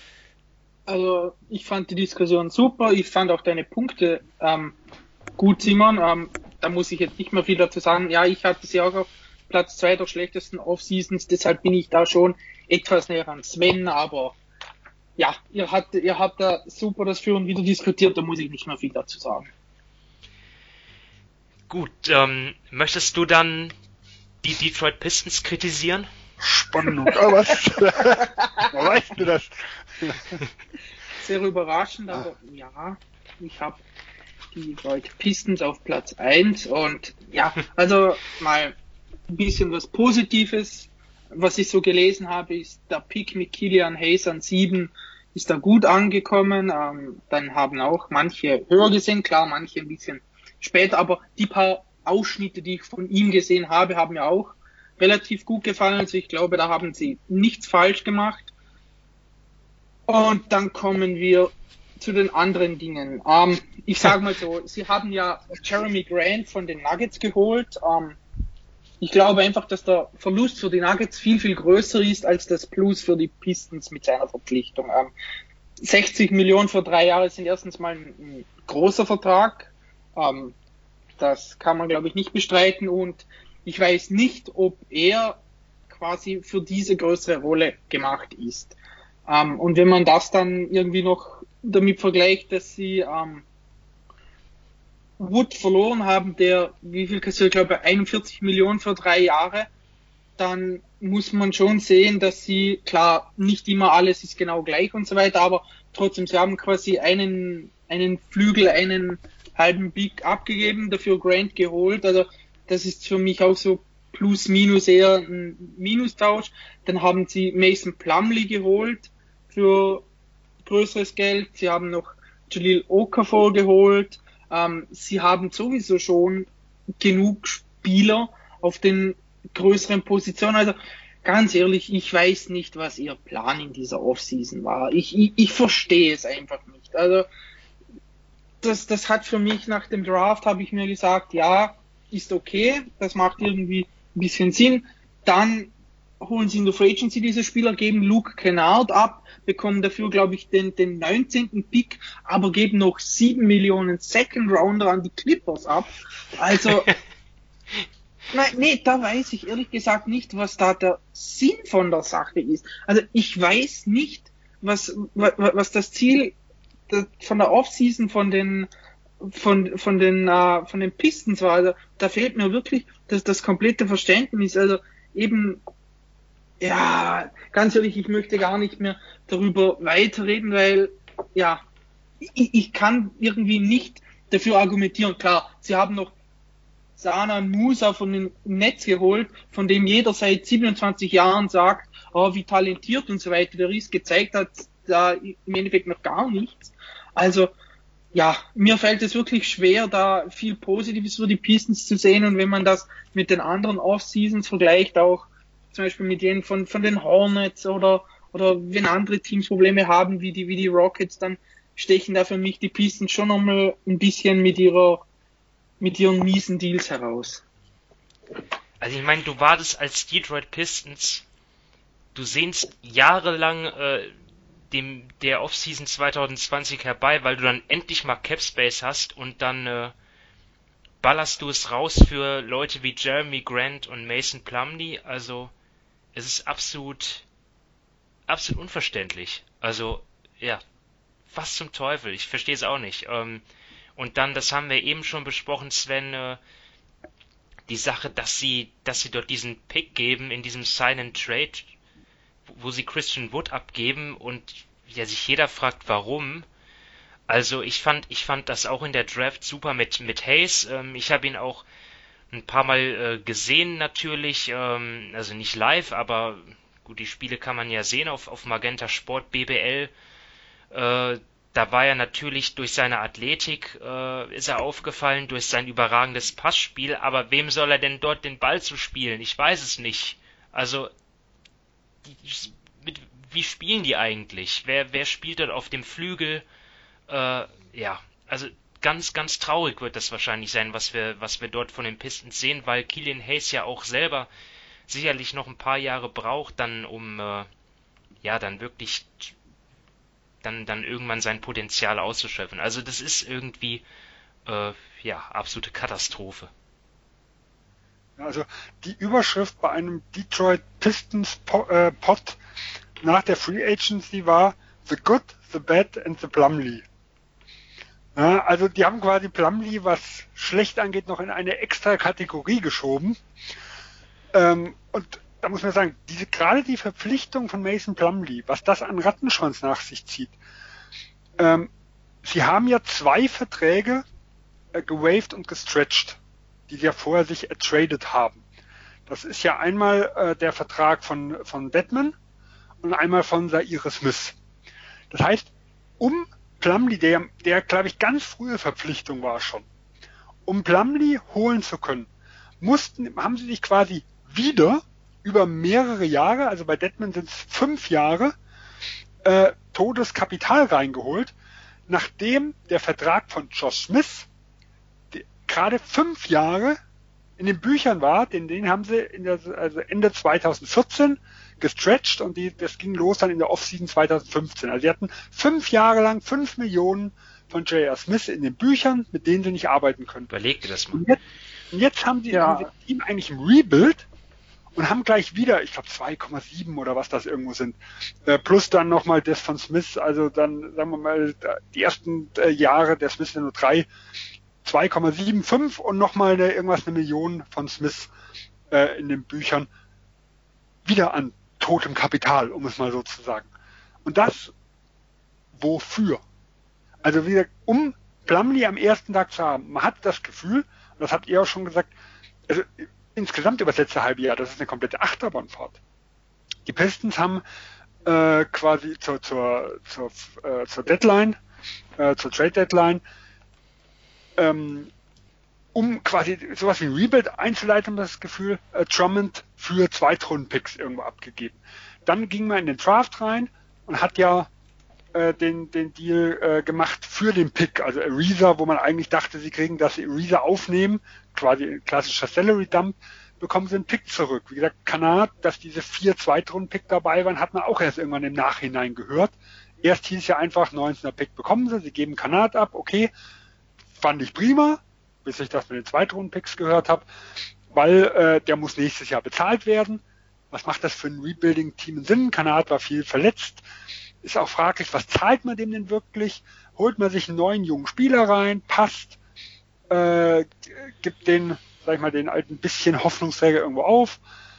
Also ich fand die Diskussion super, ich fand auch deine Punkte ähm, gut, Simon. Ähm, da muss ich jetzt nicht mehr viel dazu sagen. Ja, ich hatte sie auch auf Platz zwei der schlechtesten Off-Seasons, deshalb bin ich da schon etwas näher an Sven, aber ja, ihr habt, ihr habt da super das Führen wieder diskutiert, da muss ich nicht mehr viel dazu sagen. Gut, ähm, möchtest du dann die Detroit Pistons kritisieren? Spannend, aber was? Wo weißt du das? Sehr überraschend, aber ja, ich habe die Detroit Pistons auf Platz eins und ja, also mal ein bisschen was Positives, was ich so gelesen habe, ist der Pick mit Killian Hayes an sieben ist da gut angekommen, ähm, dann haben auch manche höher gesehen, klar, manche ein bisschen später, aber die paar Ausschnitte, die ich von ihm gesehen habe, haben mir auch relativ gut gefallen, also ich glaube, da haben sie nichts falsch gemacht. Und dann kommen wir zu den anderen Dingen. Ähm, ich sage mal so, sie haben ja Jeremy Grant von den Nuggets geholt. Ähm, ich glaube einfach, dass der Verlust für die Nuggets viel, viel größer ist als das Plus für die Pistons mit seiner Verpflichtung. Ähm, sechzig Millionen für drei Jahre sind erstens mal ein, ein großer Vertrag. Ähm, das kann man, glaube ich, nicht bestreiten. Und ich weiß nicht, ob er quasi für diese größere Rolle gemacht ist. Ähm, und wenn man das dann irgendwie noch damit vergleicht, dass sie ähm, Wood verloren haben, der, wie viel kassiert, ich glaube, einundvierzig Millionen für drei Jahre, dann muss man schon sehen, dass sie, klar, nicht immer alles ist genau gleich und so weiter, aber trotzdem, sie haben quasi einen, einen Flügel, einen halben Big abgegeben, dafür Grant geholt, also das ist für mich auch so plus minus eher ein Minustausch. Dann haben sie Mason Plumlee geholt für größeres Geld, sie haben noch Jahlil Okafor geholt, ähm, sie haben sowieso schon genug Spieler auf den größeren Positionen, also ganz ehrlich, ich weiß nicht, was ihr Plan in dieser Offseason war. Ich, ich, ich verstehe es einfach nicht. Also das, das hat für mich nach dem Draft, habe ich mir gesagt, ja, ist okay, das macht irgendwie ein bisschen Sinn. Dann holen sie in der Free Agency diese Spieler, geben Luke Kennard ab, bekommen dafür, glaube ich, den, den neunzehnten Pick, aber geben noch sieben Millionen Second Rounder an die Clippers ab. Also, nein, nee, da weiß ich ehrlich gesagt nicht, was da der Sinn von der Sache ist. Also, ich weiß nicht, was, was, was das Ziel von der Offseason von den von von den äh, von den Pistons war. Also da fehlt mir wirklich das das komplette Verständnis. Also eben, ja, ganz ehrlich, ich möchte gar nicht mehr darüber weiterreden, weil ja, ich, ich kann irgendwie nicht dafür argumentieren. Klar, sie haben noch Sana Musa von den Nets geholt, von dem jeder seit siebenundzwanzig Jahren sagt, oh, wie talentiert und so weiter der ist, gezeigt hat da im Endeffekt noch gar nichts. Also ja, mir fällt es wirklich schwer, da viel Positives für die Pistons zu sehen, und wenn man das mit den anderen Off-Seasons vergleicht, auch zum Beispiel mit denen von, von den Hornets oder, oder wenn andere Teams Probleme haben, wie die, wie die Rockets, dann stechen da für mich die Pistons schon nochmal ein bisschen mit ihrer, mit ihren miesen Deals heraus. Also ich meine, du wartest als Detroit Pistons, du sehnst jahrelang äh, dem der Offseason zwanzig zwanzig herbei, weil du dann endlich mal Cap Space hast, und dann äh, ballerst du es raus für Leute wie Jeremy Grant und Mason Plumlee. Also es ist absolut absolut unverständlich. Also ja, was zum Teufel, ich verstehe es auch nicht. Ähm, und dann, das haben wir eben schon besprochen, Sven, äh, die Sache, dass sie dass sie dort diesen Pick geben in diesem Sign and Trade, wo sie Christian Wood abgeben, und ja, sich jeder fragt, warum. Also ich fand ich fand das auch in der Draft super mit mit Hayes. Ähm, ich habe ihn auch ein paar Mal äh, gesehen natürlich, ähm, also nicht live, aber gut, die Spiele kann man ja sehen auf auf Magenta Sport B B L. Äh, da war er natürlich durch seine Athletik, äh, ist er aufgefallen, durch sein überragendes Passspiel, aber wem soll er denn dort den Ball zu spielen? Ich weiß es nicht. Also die, mit, wie spielen die eigentlich? Wer, wer spielt dort auf dem Flügel? Äh, ja, also ganz, ganz traurig wird das wahrscheinlich sein, was wir, was wir dort von den Pistons sehen, weil Killian Hayes ja auch selber sicherlich noch ein paar Jahre braucht, dann um äh, ja dann wirklich dann, dann irgendwann sein Potenzial auszuschöpfen. Also das ist irgendwie äh, ja absolute Katastrophe. Also die Überschrift bei einem Detroit Pistons Pod nach der Free Agency war The Good, The Bad and The Plumlee. Ja, also die haben quasi Plumlee, was schlecht angeht, noch in eine extra Kategorie geschoben. Ähm, und da muss man sagen, diese, gerade die Verpflichtung von Mason Plumlee, was das an Rattenschwanz nach sich zieht. Ähm, sie haben ja zwei Verträge äh, gewaved und gestretched, die sie ja vorher sich ertradet haben. Das ist ja einmal äh, der Vertrag von, von Dedmon und einmal von Zaire Smith. Das heißt, um Plumlee, der, der glaube ich ganz frühe Verpflichtung war schon, um Plumlee holen zu können, mussten, haben sie sich quasi wieder über mehrere Jahre, also bei Dedmon sind es fünf Jahre, äh, totes Kapital reingeholt, nachdem der Vertrag von Josh Smith gerade fünf Jahre in den Büchern war, den, den haben sie in der, also Ende zwanzig vierzehn gestretched und die, das ging los dann in der Offseason zwanzig fünfzehn. Also sie hatten fünf Jahre lang fünf Millionen von J R. Smith in den Büchern, mit denen sie nicht arbeiten können. Überleg dir das mal. Und jetzt, und jetzt haben sie ja. das Team eigentlich im Rebuild und haben gleich wieder, ich glaube zwei Komma sieben oder was das irgendwo sind, äh, plus dann nochmal das von Smith, also dann, sagen wir mal, die ersten äh, Jahre der Smith sind nur drei, zwei Komma sieben fünf und nochmal eine, irgendwas eine Million von Smith äh, in den Büchern wieder an totem Kapital, um es mal so zu sagen. Und das wofür? Also wieder, um Plumlee am ersten Tag zu haben. Man hat das Gefühl, und das habt ihr auch schon gesagt, also insgesamt über das letzte halbe Jahr, das ist eine komplette Achterbahnfahrt. Die Pistons haben äh, quasi zur, zur, zur, äh, zur Deadline, äh, zur Trade Deadline, ähm, um quasi sowas wie ein Rebuild einzuleiten, das Gefühl, äh, Drummond für Zweitrunden-Picks irgendwo abgegeben. Dann ging man in den Draft rein und hat ja äh, den, den Deal äh, gemacht für den Pick, also Ariza, wo man eigentlich dachte, sie kriegen das Ariza aufnehmen, quasi ein klassischer Salary Dump, bekommen sie einen Pick zurück. Wie gesagt, Kanad, dass diese vier Zweitrunden-Pick dabei waren, hat man auch erst irgendwann im Nachhinein gehört. Erst hieß ja einfach, neunzehner Pick bekommen sie, sie geben Kanad ab, okay, fand ich prima, bis ich das mit den Zweitrunden-Picks gehört habe, weil äh, der muss nächstes Jahr bezahlt werden. Was macht das für ein Rebuilding-Team Sinn? Kanad war viel verletzt. Ist auch fraglich, was zahlt man dem denn wirklich? Holt man sich einen neuen jungen Spieler rein, passt, äh, gibt den, sag ich mal, den alten bisschen Hoffnungsträger irgendwo auf.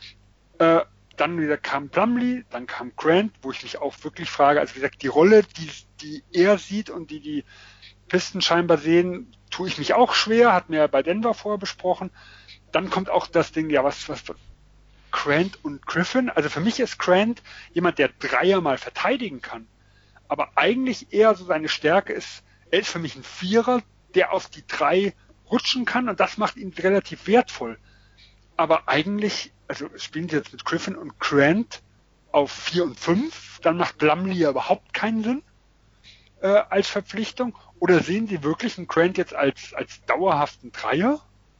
Äh, dann wieder kam Plumlee, dann kam Grant, wo ich mich auch wirklich frage, also wie gesagt, die Rolle, die, die er sieht und die die Pistons scheinbar sehen, tue ich mich auch schwer, hat mir ja bei Denver vorher besprochen. Dann kommt auch das Ding, ja, was, was, Grant und Griffin. Also für mich ist Grant jemand, der Dreier mal verteidigen kann. Aber eigentlich eher so seine Stärke ist, er ist für mich ein Vierer, der auf die Drei rutschen kann und das macht ihn relativ wertvoll. Aber eigentlich, also spielen sie jetzt mit Griffin und Grant auf vier und fünf, dann macht Plumlee ja überhaupt keinen Sinn äh, als Verpflichtung. Oder sehen sie wirklich einen Grant jetzt als, als dauerhaften Dreier?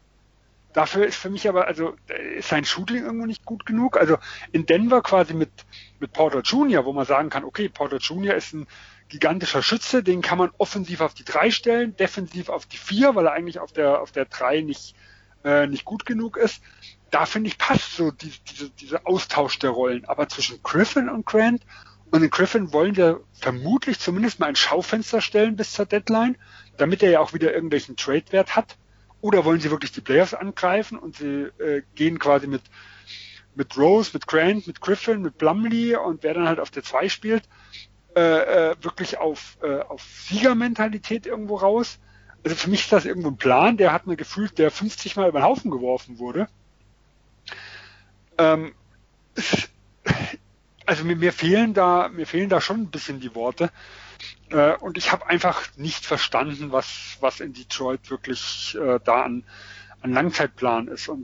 Dafür ist für mich aber, also ist sein Shooting irgendwo nicht gut genug. Also in Denver quasi mit, mit Porter Junior, wo man sagen kann, okay, Porter Junior ist ein gigantischer Schütze, den kann man offensiv auf die drei stellen, defensiv auf die vier, weil er eigentlich auf der auf der drei nicht äh, nicht gut genug ist. Da finde ich passt so die, diese diese Austausch der Rollen. Aber zwischen Griffin und Grant und in Griffin wollen wir vermutlich zumindest mal ein Schaufenster stellen bis zur Deadline, damit er ja auch wieder irgendwelchen Trade-Wert hat. Oder wollen sie wirklich die Playoffs angreifen und sie äh, gehen quasi mit mit Rose, mit Grant, mit Griffin, mit Plumlee und wer dann halt auf der zwei spielt, äh, äh, wirklich auf, äh, auf Siegermentalität irgendwo raus. Also für mich ist das irgendwo ein Plan, der hat mir gefühlt, der fünfzig Mal über den Haufen geworfen wurde. Ähm, also mir, mir fehlen da, mir fehlen da schon ein bisschen die Worte. Äh, und ich habe einfach nicht verstanden, was, was in Detroit wirklich äh, da an, an Langzeitplan ist. Und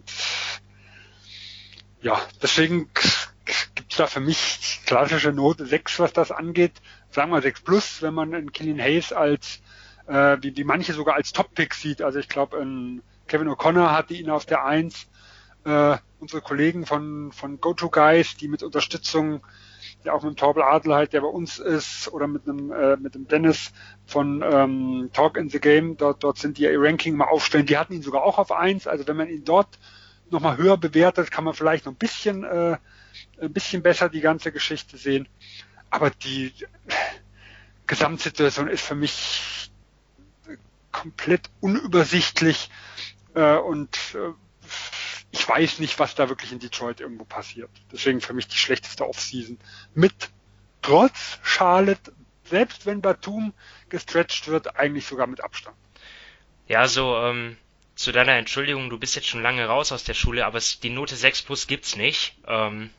ja, deswegen gibt es da für mich klassische Note sechs, was das angeht. Sagen wir sechs plus, wenn man in Killian Hayes als, äh, wie, wie manche sogar als Top-Pick sieht. Also ich glaube, Kevin O'Connor hatte ihn auf der eins. Äh, unsere Kollegen von, von Go-To-Guys, die mit Unterstützung, ja auch mit dem Torben Adelheid, der bei uns ist, oder mit einem, äh, mit dem Dennis von ähm, Talk in the Game, dort, dort sind die ja ihr Ranking mal aufstellen. Die hatten ihn sogar auch auf eins. Also wenn man ihn dort nochmal höher bewertet, kann man vielleicht noch ein bisschen, äh, ein bisschen besser die ganze Geschichte sehen. Aber die Gesamtsituation ist für mich komplett unübersichtlich äh, und äh, ich weiß nicht, was da wirklich in Detroit irgendwo passiert. Deswegen für mich die schlechteste Offseason. Mit trotz Charlotte, selbst wenn Batum gestretched wird, eigentlich sogar mit Abstand. Ja, so, ähm, zu deiner Entschuldigung, du bist jetzt schon lange raus aus der Schule, aber es, die Note sechs plus gibt's nicht. Ähm,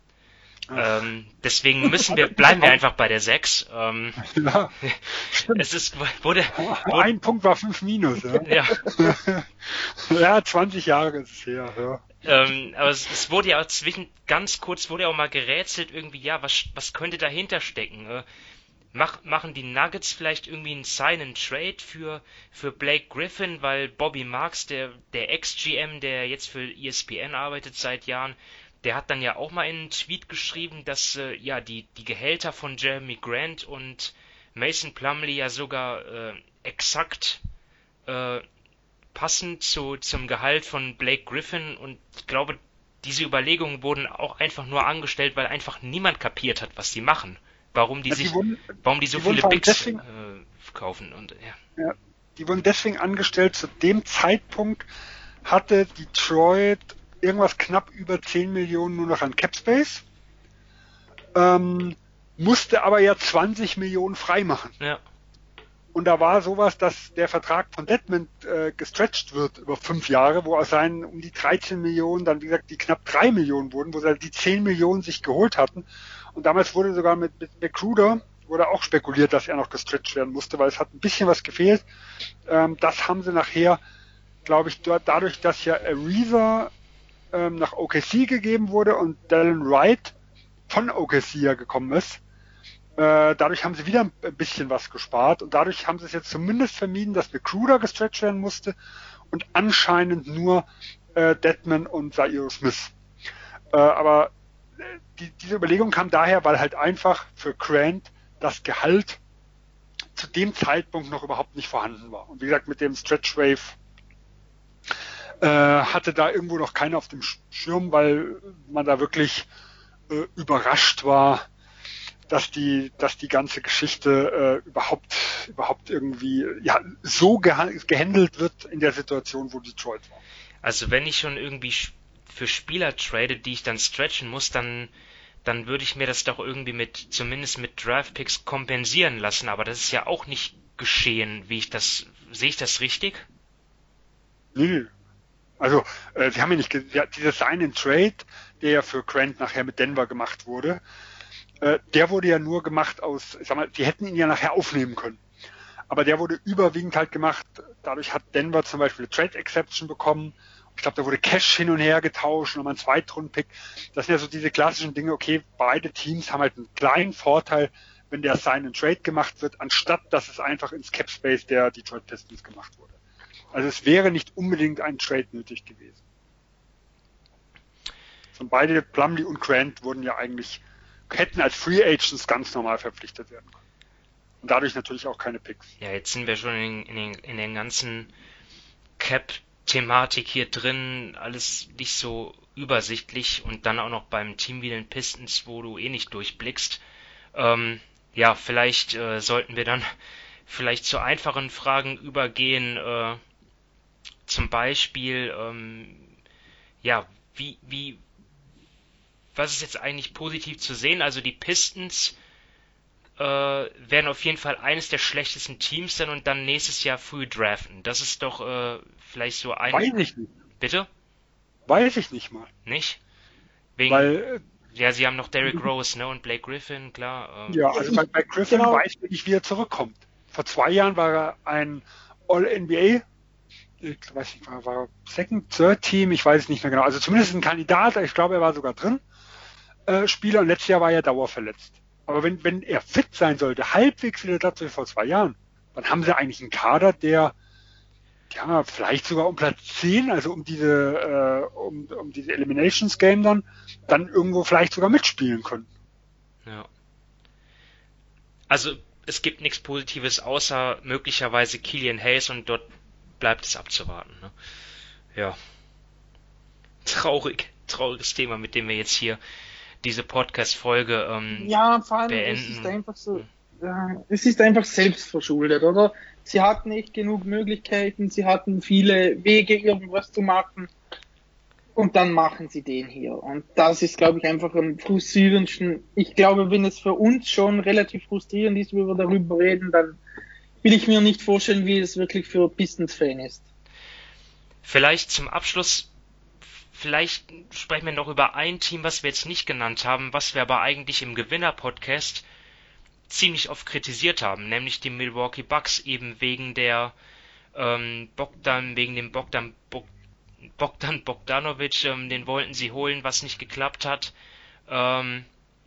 ähm, deswegen müssen wir, bleiben wir einfach bei der sechs. Ähm, ja, es ist, wurde, wurde ein Punkt war fünf minus, ja. ja. Ja, zwanzig Jahre ist es her, ja. Ähm, aber es, es wurde ja auch zwischen, ganz kurz wurde ja auch mal gerätselt irgendwie, ja, was, was könnte dahinter stecken? Äh, mach, machen die Nuggets vielleicht irgendwie einen Sign-and-Trade für, für Blake Griffin, weil Bobby Marks, der, der Ex-G M, der jetzt für E S P N arbeitet seit Jahren, der hat dann ja auch mal in einen Tweet geschrieben, dass äh, ja die, die Gehälter von Jeremy Grant und Mason Plumlee ja sogar äh, exakt äh, passend zu, zum Gehalt von Blake Griffin, und ich glaube, diese Überlegungen wurden auch einfach nur angestellt, weil einfach niemand kapiert hat, was die machen. Warum die ja, die sich, wurden, warum die so die viele Bigs deswegen, äh, kaufen und ja. ja. Die wurden deswegen angestellt, zu dem Zeitpunkt hatte Detroit irgendwas knapp über zehn Millionen nur noch an Capspace, ähm, musste aber ja zwanzig Millionen freimachen. Ja. Und da war sowas, dass der Vertrag von Dedmon äh, gestretched wird über fünf Jahre, wo aus seinen um die dreizehn Millionen dann, wie gesagt, die knapp drei Millionen wurden, wo sie die zehn Millionen sich geholt hatten. Und damals wurde sogar mit, mit McGruder wurde auch spekuliert, dass er noch gestretched werden musste, weil es hat ein bisschen was gefehlt. Ähm, das haben sie nachher, glaube ich, dort, dadurch, dass ja Ariza ähm, nach O K C gegeben wurde und Dylan Wright von O K C ja gekommen ist, dadurch haben sie wieder ein bisschen was gespart und dadurch haben sie es jetzt zumindest vermieden, dass McGruder gestretched werden musste und anscheinend nur äh, Dedmon und Zaire Smith. Äh, aber die, diese Überlegung kam daher, weil halt einfach für Grant das Gehalt zu dem Zeitpunkt noch überhaupt nicht vorhanden war. Und wie gesagt, mit dem Stretch Wave äh, hatte da irgendwo noch keiner auf dem Schirm, weil man da wirklich äh, überrascht war, dass die, dass die ganze Geschichte äh, überhaupt, überhaupt irgendwie ja so geha- gehandelt wird in der Situation, wo Detroit war. Also wenn ich schon irgendwie für Spieler trade, die ich dann stretchen muss, dann, dann würde ich mir das doch irgendwie mit, zumindest mit Draftpicks kompensieren lassen. Aber das ist ja auch nicht geschehen, wie ich das, sehe ich das richtig? Nee, nee. Also, äh, sie haben ja nicht, ge- ja, dieser Sign-and-Trade, der ja für Grant nachher mit Denver gemacht wurde, der wurde ja nur gemacht aus, ich sag mal, die hätten ihn ja nachher aufnehmen können. Aber der wurde überwiegend halt gemacht, dadurch hat Denver zum Beispiel eine Trade Exception bekommen. Ich glaube, da wurde Cash hin und her getauscht und nochmal ein Zweitrunden-Pick. Das sind ja so diese klassischen Dinge, okay, beide Teams haben halt einen kleinen Vorteil, wenn der Sign and Trade gemacht wird, anstatt dass es einfach ins Cap Space der Detroit Pistons gemacht wurde. Also es wäre nicht unbedingt ein Trade nötig gewesen. Und beide, Plumlee und Grant, wurden ja eigentlich hätten als Free Agents ganz normal verpflichtet werden können. Und dadurch natürlich auch keine Picks. Ja, jetzt sind wir schon in, in, den, in den ganzen Cap-Thematik hier drin, alles nicht so übersichtlich und dann auch noch beim Team wie den Pistons, wo du eh nicht durchblickst. Ähm, ja, vielleicht äh, sollten wir dann vielleicht zu einfachen Fragen übergehen. Äh, zum Beispiel, ähm, ja, wie, wie, was ist jetzt eigentlich positiv zu sehen? Also die Pistons äh, werden auf jeden Fall eines der schlechtesten Teams sein und dann nächstes Jahr früh draften. Das ist doch äh, vielleicht so ein... Weiß ich nicht. Bitte? Weiß ich nicht mal. Nicht? Wegen... Weil... Ja, sie haben noch Derrick Rose, ne, und Blake Griffin, klar. Ähm. Ja, also bei, bei Griffin Genau. weiß ich nicht, wie er zurückkommt. Vor zwei Jahren war er ein All-N B A, ich weiß nicht, war, war Second, Third Team, ich weiß es nicht mehr genau. Also zumindest ein Kandidat, ich glaube, er war sogar drin. Äh, Spieler und letztes Jahr war er dauerverletzt. Aber wenn, wenn er fit sein sollte, halbwegs wieder dazu wie vor zwei Jahren, dann haben sie eigentlich einen Kader, der ja vielleicht sogar um Platz zehn, also um diese äh, um, um diese Eliminations Game dann, dann irgendwo vielleicht sogar mitspielen können. Ja. Also es gibt nichts Positives außer möglicherweise Killian Hayes und dort bleibt es abzuwarten. Ne? Ja. Traurig, trauriges Thema, mit dem wir jetzt hier diese Podcast-Folge ähm, Ja, vor allem, beenden. es ist einfach so, äh, es ist einfach selbst verschuldet, oder? sie hatten nicht genug Möglichkeiten, sie hatten viele Wege, irgendwas zu machen. Und dann machen sie den hier. Und das ist, glaube ich, einfach am frustrierendsten. Ich glaube, wenn es für uns schon relativ frustrierend ist, wie wir darüber reden, dann will ich mir nicht vorstellen, wie es wirklich für Pistons-Fan ist. Vielleicht zum Abschluss, vielleicht sprechen wir noch über ein Team, was wir jetzt nicht genannt haben, was wir aber eigentlich im Gewinner-Podcast ziemlich oft kritisiert haben, nämlich die Milwaukee Bucks, eben wegen der ähm, Bogdan, wegen dem Bogdan Bog Bogdan Bogdanovic, ähm, den wollten sie holen, was nicht geklappt hat. Ähm,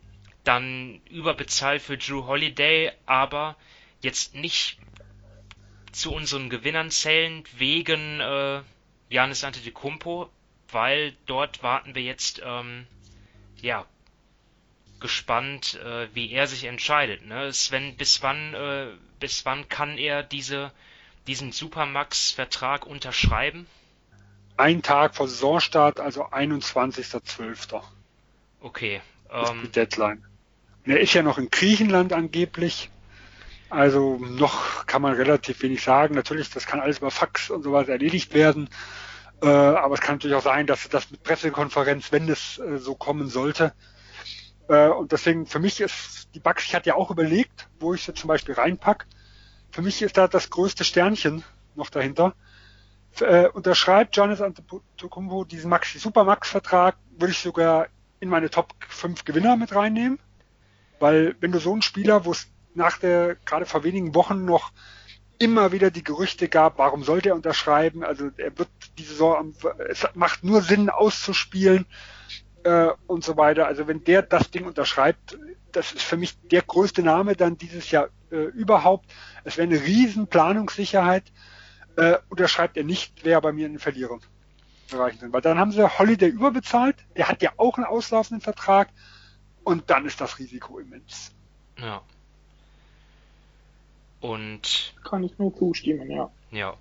dann überbezahlt für Jrue Holiday, aber jetzt nicht zu unseren Gewinnern zählen wegen äh, Giannis Antetokounmpo, weil dort warten wir jetzt ähm, ja gespannt, äh, wie er sich entscheidet. Ne? Sven, bis wann äh, bis wann kann er diese diesen Supermax-Vertrag unterschreiben? Ein Tag vor Saisonstart, also einundzwanzigster zwölfter Okay. ist Ähm, die Deadline. Und er ist ja noch in Griechenland angeblich. Also noch kann man relativ wenig sagen. Natürlich, das kann alles über Fax und sowas erledigt werden. Äh, aber es kann natürlich auch sein, dass das mit Pressekonferenz, wenn es äh, so kommen sollte. Äh, und deswegen, für mich ist die Bucks, ich hatte ja auch überlegt, wo ich sie zum Beispiel reinpack. Für mich ist da das größte Sternchen noch dahinter. Äh, unterschreibt Giannis Antetokounmpo diesen Maxi Supermax Vertrag, würde ich sogar in meine Top fünf Gewinner mit reinnehmen, weil wenn du so einen Spieler, wo es nach der, gerade vor wenigen Wochen noch immer wieder die Gerüchte gab, warum sollte er unterschreiben, also er wird die Saison, es macht nur Sinn auszuspielen äh, und so weiter, also wenn der das Ding unterschreibt, das ist für mich der größte Name dann dieses Jahr äh, überhaupt, es wäre eine riesen Planungssicherheit. Äh, unterschreibt er nicht, wäre bei mir in den Verlierern Bereichen sind. Weil dann haben sie Holiday überbezahlt, der hat ja auch einen auslaufenden Vertrag und dann ist das Risiko immens. ja. Und Kann ich nur zustimmen, ja. ja.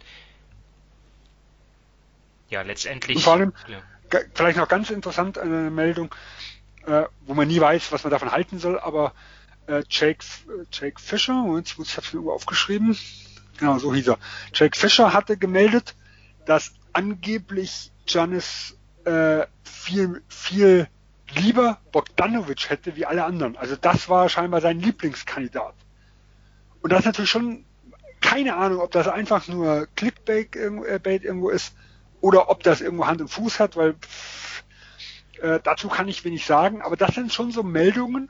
Ja, letztendlich. Und vor allem, ja. g- vielleicht noch ganz interessant eine Meldung, äh, wo man nie weiß, was man davon halten soll, aber äh, Jake, äh, Jake Fisher, Moment, ich muss, ich hab's mir irgendwo aufgeschrieben, genau, so hieß er. Jake Fisher hatte gemeldet, dass angeblich Giannis äh, viel, viel lieber Bogdanovic hätte wie alle anderen. Also das war scheinbar sein Lieblingskandidat. Und das ist natürlich schon keine Ahnung, ob das einfach nur Clickbait irgendwo, äh, Bait irgendwo ist oder ob das irgendwo Hand und Fuß hat, weil pff, äh, dazu kann ich wenig sagen. Aber das sind schon so Meldungen,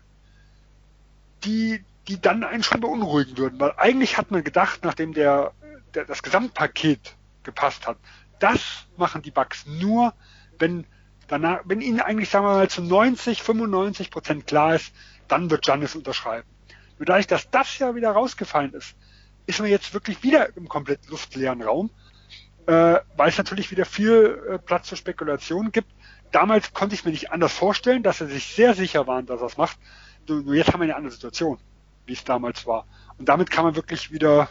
die die dann einen schon beunruhigen würden, weil eigentlich hat man gedacht, nachdem der, der das Gesamtpaket gepasst hat, das machen die Bucks nur, wenn danach, wenn ihnen eigentlich, sagen wir mal, zu neunzig, fünfundneunzig Prozent klar ist, dann wird Giannis unterschreiben. Nur dadurch, dass das ja wieder rausgefallen ist, ist man jetzt wirklich wieder im komplett luftleeren Raum, äh, weil es natürlich wieder viel äh, Platz zur Spekulation gibt. Damals konnte ich es mir nicht anders vorstellen, dass sie sich sehr sicher waren, dass er es macht. Nur jetzt haben wir eine andere Situation, wie es damals war. Und damit kann man wirklich wieder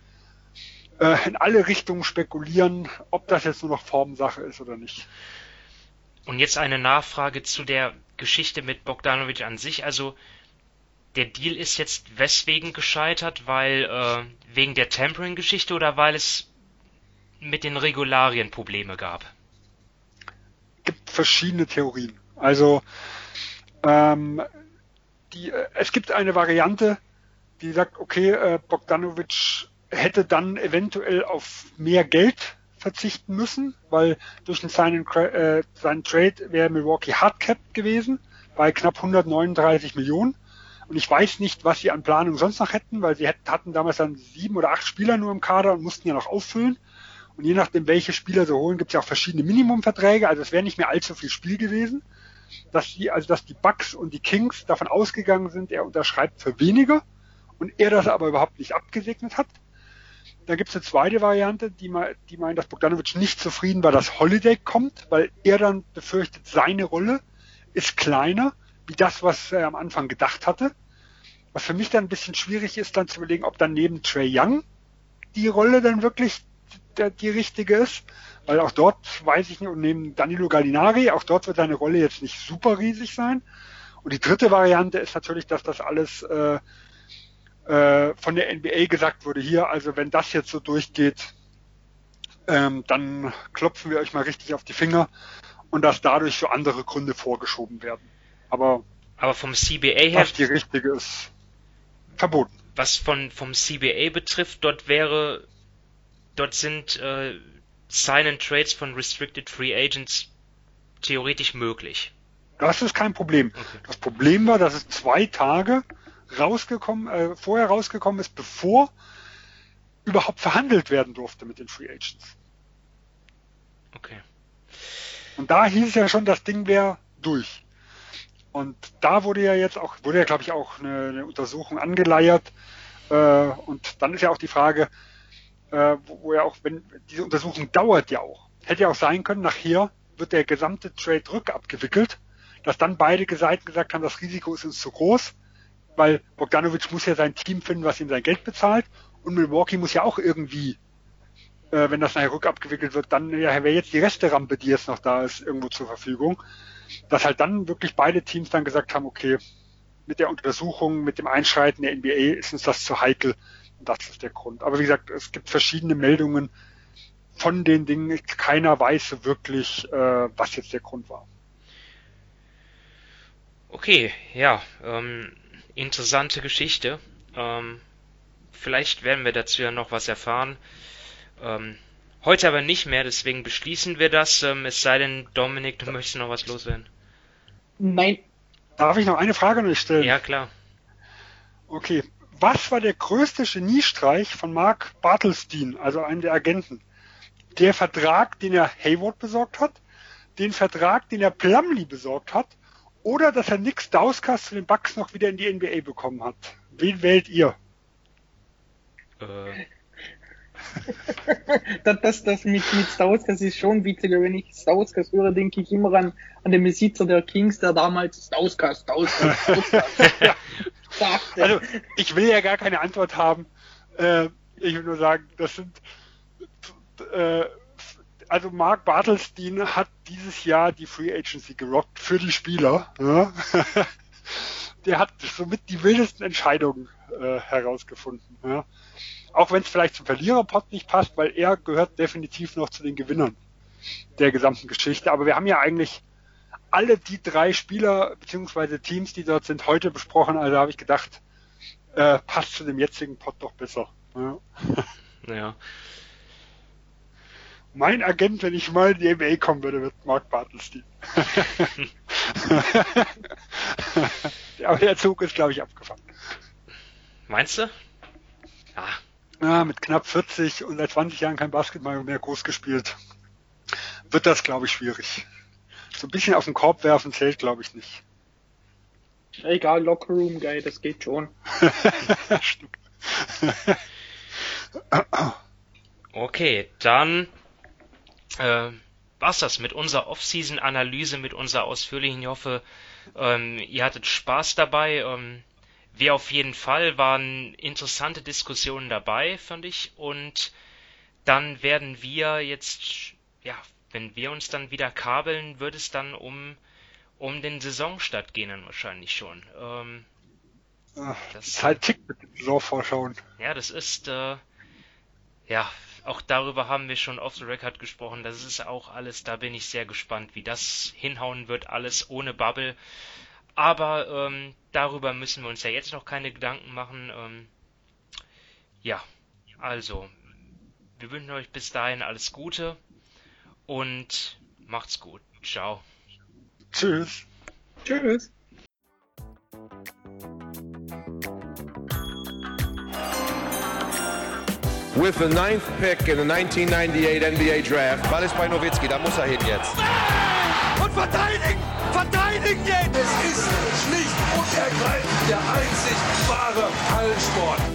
äh, in alle Richtungen spekulieren, ob das jetzt nur noch Formsache ist oder nicht. Und jetzt eine Nachfrage zu der Geschichte mit Bogdanovic an sich. Also der Deal ist jetzt weswegen gescheitert, weil äh, wegen der Tampering-Geschichte oder weil es mit den Regularien Probleme gab? Gibt verschiedene Theorien. Also ähm, die, äh, es gibt eine Variante, die sagt, okay, äh, Bogdanovic hätte dann eventuell auf mehr Geld verzichten müssen, weil durch den seinen, äh, seinen Trade wäre Milwaukee hardcapped gewesen bei knapp hundertneununddreißig Millionen. Und ich weiß nicht, was sie an Planung sonst noch hätten, weil sie hätten, hatten damals dann sieben oder acht Spieler nur im Kader und mussten ja noch auffüllen. Und je nachdem, welche Spieler sie holen, gibt es ja auch verschiedene Minimumverträge. Also es wäre nicht mehr allzu viel Spiel gewesen. Dass die, also dass die Bucks und die Kings davon ausgegangen sind, er unterschreibt für weniger und er das aber überhaupt nicht abgesegnet hat. Da gibt es eine zweite Variante, die, die meint, dass Bogdanovic nicht zufrieden war, dass Holiday kommt, weil er dann befürchtet, seine Rolle ist kleiner, wie das, was er am Anfang gedacht hatte. Was für mich dann ein bisschen schwierig ist, dann zu überlegen, ob dann neben Trae Young die Rolle dann wirklich die, die richtige ist. Weil auch dort, weiß ich nicht, und neben Danilo Gallinari, auch dort wird seine Rolle jetzt nicht super riesig sein. Und die dritte Variante ist natürlich, dass das alles äh, äh, von der N B A gesagt wurde, hier, also wenn das jetzt so durchgeht, ähm, dann klopfen wir euch mal richtig auf die Finger und dass dadurch so andere Gründe vorgeschoben werden. Aber, Aber vom C B A her, was die richtige ist, verboten. Was von vom C B A betrifft, dort wäre, dort sind äh, Sign and Trades von Restricted Free Agents theoretisch möglich. Das ist kein Problem. Okay. Das Problem war, dass es zwei Tage rausgekommen, äh, vorher rausgekommen ist, bevor überhaupt verhandelt werden durfte mit den Free Agents. Okay. Und da hieß es ja schon, das Ding wäre durch. Und da wurde ja jetzt auch, wurde ja glaube ich auch eine, eine Untersuchung angeleiert. Äh, und dann ist ja auch die Frage, äh, wo, wo ja auch, wenn diese Untersuchung dauert ja auch, hätte ja auch sein können, nachher wird der gesamte Trade rückabgewickelt, dass dann beide Seiten gesagt haben, das Risiko ist uns zu groß, weil Bogdanovic muss ja sein Team finden, was ihm sein Geld bezahlt, und Milwaukee muss ja auch irgendwie, äh, wenn das nachher rückabgewickelt wird, dann ja, wäre jetzt die Resterampe, die jetzt noch da ist, irgendwo zur Verfügung, dass halt dann wirklich beide Teams dann gesagt haben, okay, mit der Untersuchung, mit dem Einschreiten der N B A ist uns das zu heikel, und das ist der Grund. Aber wie gesagt, es gibt verschiedene Meldungen von den Dingen, keiner weiß so wirklich, äh, was jetzt der Grund war. Okay, ja, ähm, interessante Geschichte. Ähm, vielleicht werden wir dazu ja noch was erfahren. Ähm, heute aber nicht mehr, deswegen beschließen wir das. Ähm, es sei denn, Dominik, du möchtest noch was loswerden. Nein. Darf ich noch eine Frage noch stellen? Ja, klar. Okay. Was war der größte Geniestreich von Mark Bartelstein, also einem der Agenten? Der Vertrag, den er Hayward besorgt hat, den Vertrag, den er Plumlee besorgt hat, oder dass er Nick Stauskas zu den Bucks noch wieder in die N B A bekommen hat? Wen wählt ihr? Äh. das, das, das mit, mit Stauskas ist schon witziger. Wenn ich Stauskas höre, denke ich immer an, an den Besitzer der Kings, der damals Stauskas, Stauskas, Stauskas sagte. Also, ich will ja gar keine Antwort haben. Äh, ich will nur sagen, das sind, äh, also Mark Bartelstein hat dieses Jahr die Free Agency gerockt für die Spieler. Ja? Der hat somit die wildesten Entscheidungen äh, herausgefunden. Ja? Auch wenn es vielleicht zum Verliererpot nicht passt, weil er gehört definitiv noch zu den Gewinnern der gesamten Geschichte. Aber wir haben ja eigentlich alle die drei Spieler bzw. Teams, die dort sind, heute besprochen. Also habe ich gedacht, äh, passt zu dem jetzigen Pot doch besser. Ja. Ja. Mein Agent, wenn ich mal in die N B A kommen würde, wird Mark Bartelstein. Aber der Zug ist, glaube ich, abgefahren. Meinst du? Ja. Ja, mit knapp vierzig und seit zwanzig Jahren kein Basketball mehr groß gespielt, wird das, glaube ich, schwierig. So ein bisschen auf den Korb werfen zählt, glaube ich, nicht. Egal, Lockerroom Guy, das geht schon. Stimmt. Okay, dann äh, war's das mit unserer Off-Season-Analyse, mit unserer ausführlichen. Ich hoffe, ähm, ihr hattet Spaß dabei. Ähm, wir auf jeden Fall, waren interessante Diskussionen dabei, fand ich. Und dann werden wir jetzt, ja, wenn wir uns dann wieder kabeln, wird es dann um um den Saisonstart gehen dann wahrscheinlich schon. Ähm, Ach, das, die Zeit tickt mit den Saisonvorschauen. Ja, das ist, äh, ja, auch darüber haben wir schon off the record gesprochen. Das ist auch alles, da bin ich sehr gespannt, wie das hinhauen wird, alles ohne Bubble. Aber ähm, darüber müssen wir uns ja jetzt noch keine Gedanken machen. Ähm, ja, also, wir wünschen euch bis dahin alles Gute und macht's gut. Ciao. Tschüss. Tschüss. With the ninth pick in the nineteen ninety-eight N B A Draft. Ball ist bei Nowitzki, da muss er hin jetzt. Und verteidigen! Verteidigen jetzt! Es ist schlicht und ergreifend der einzig wahre Hallensport.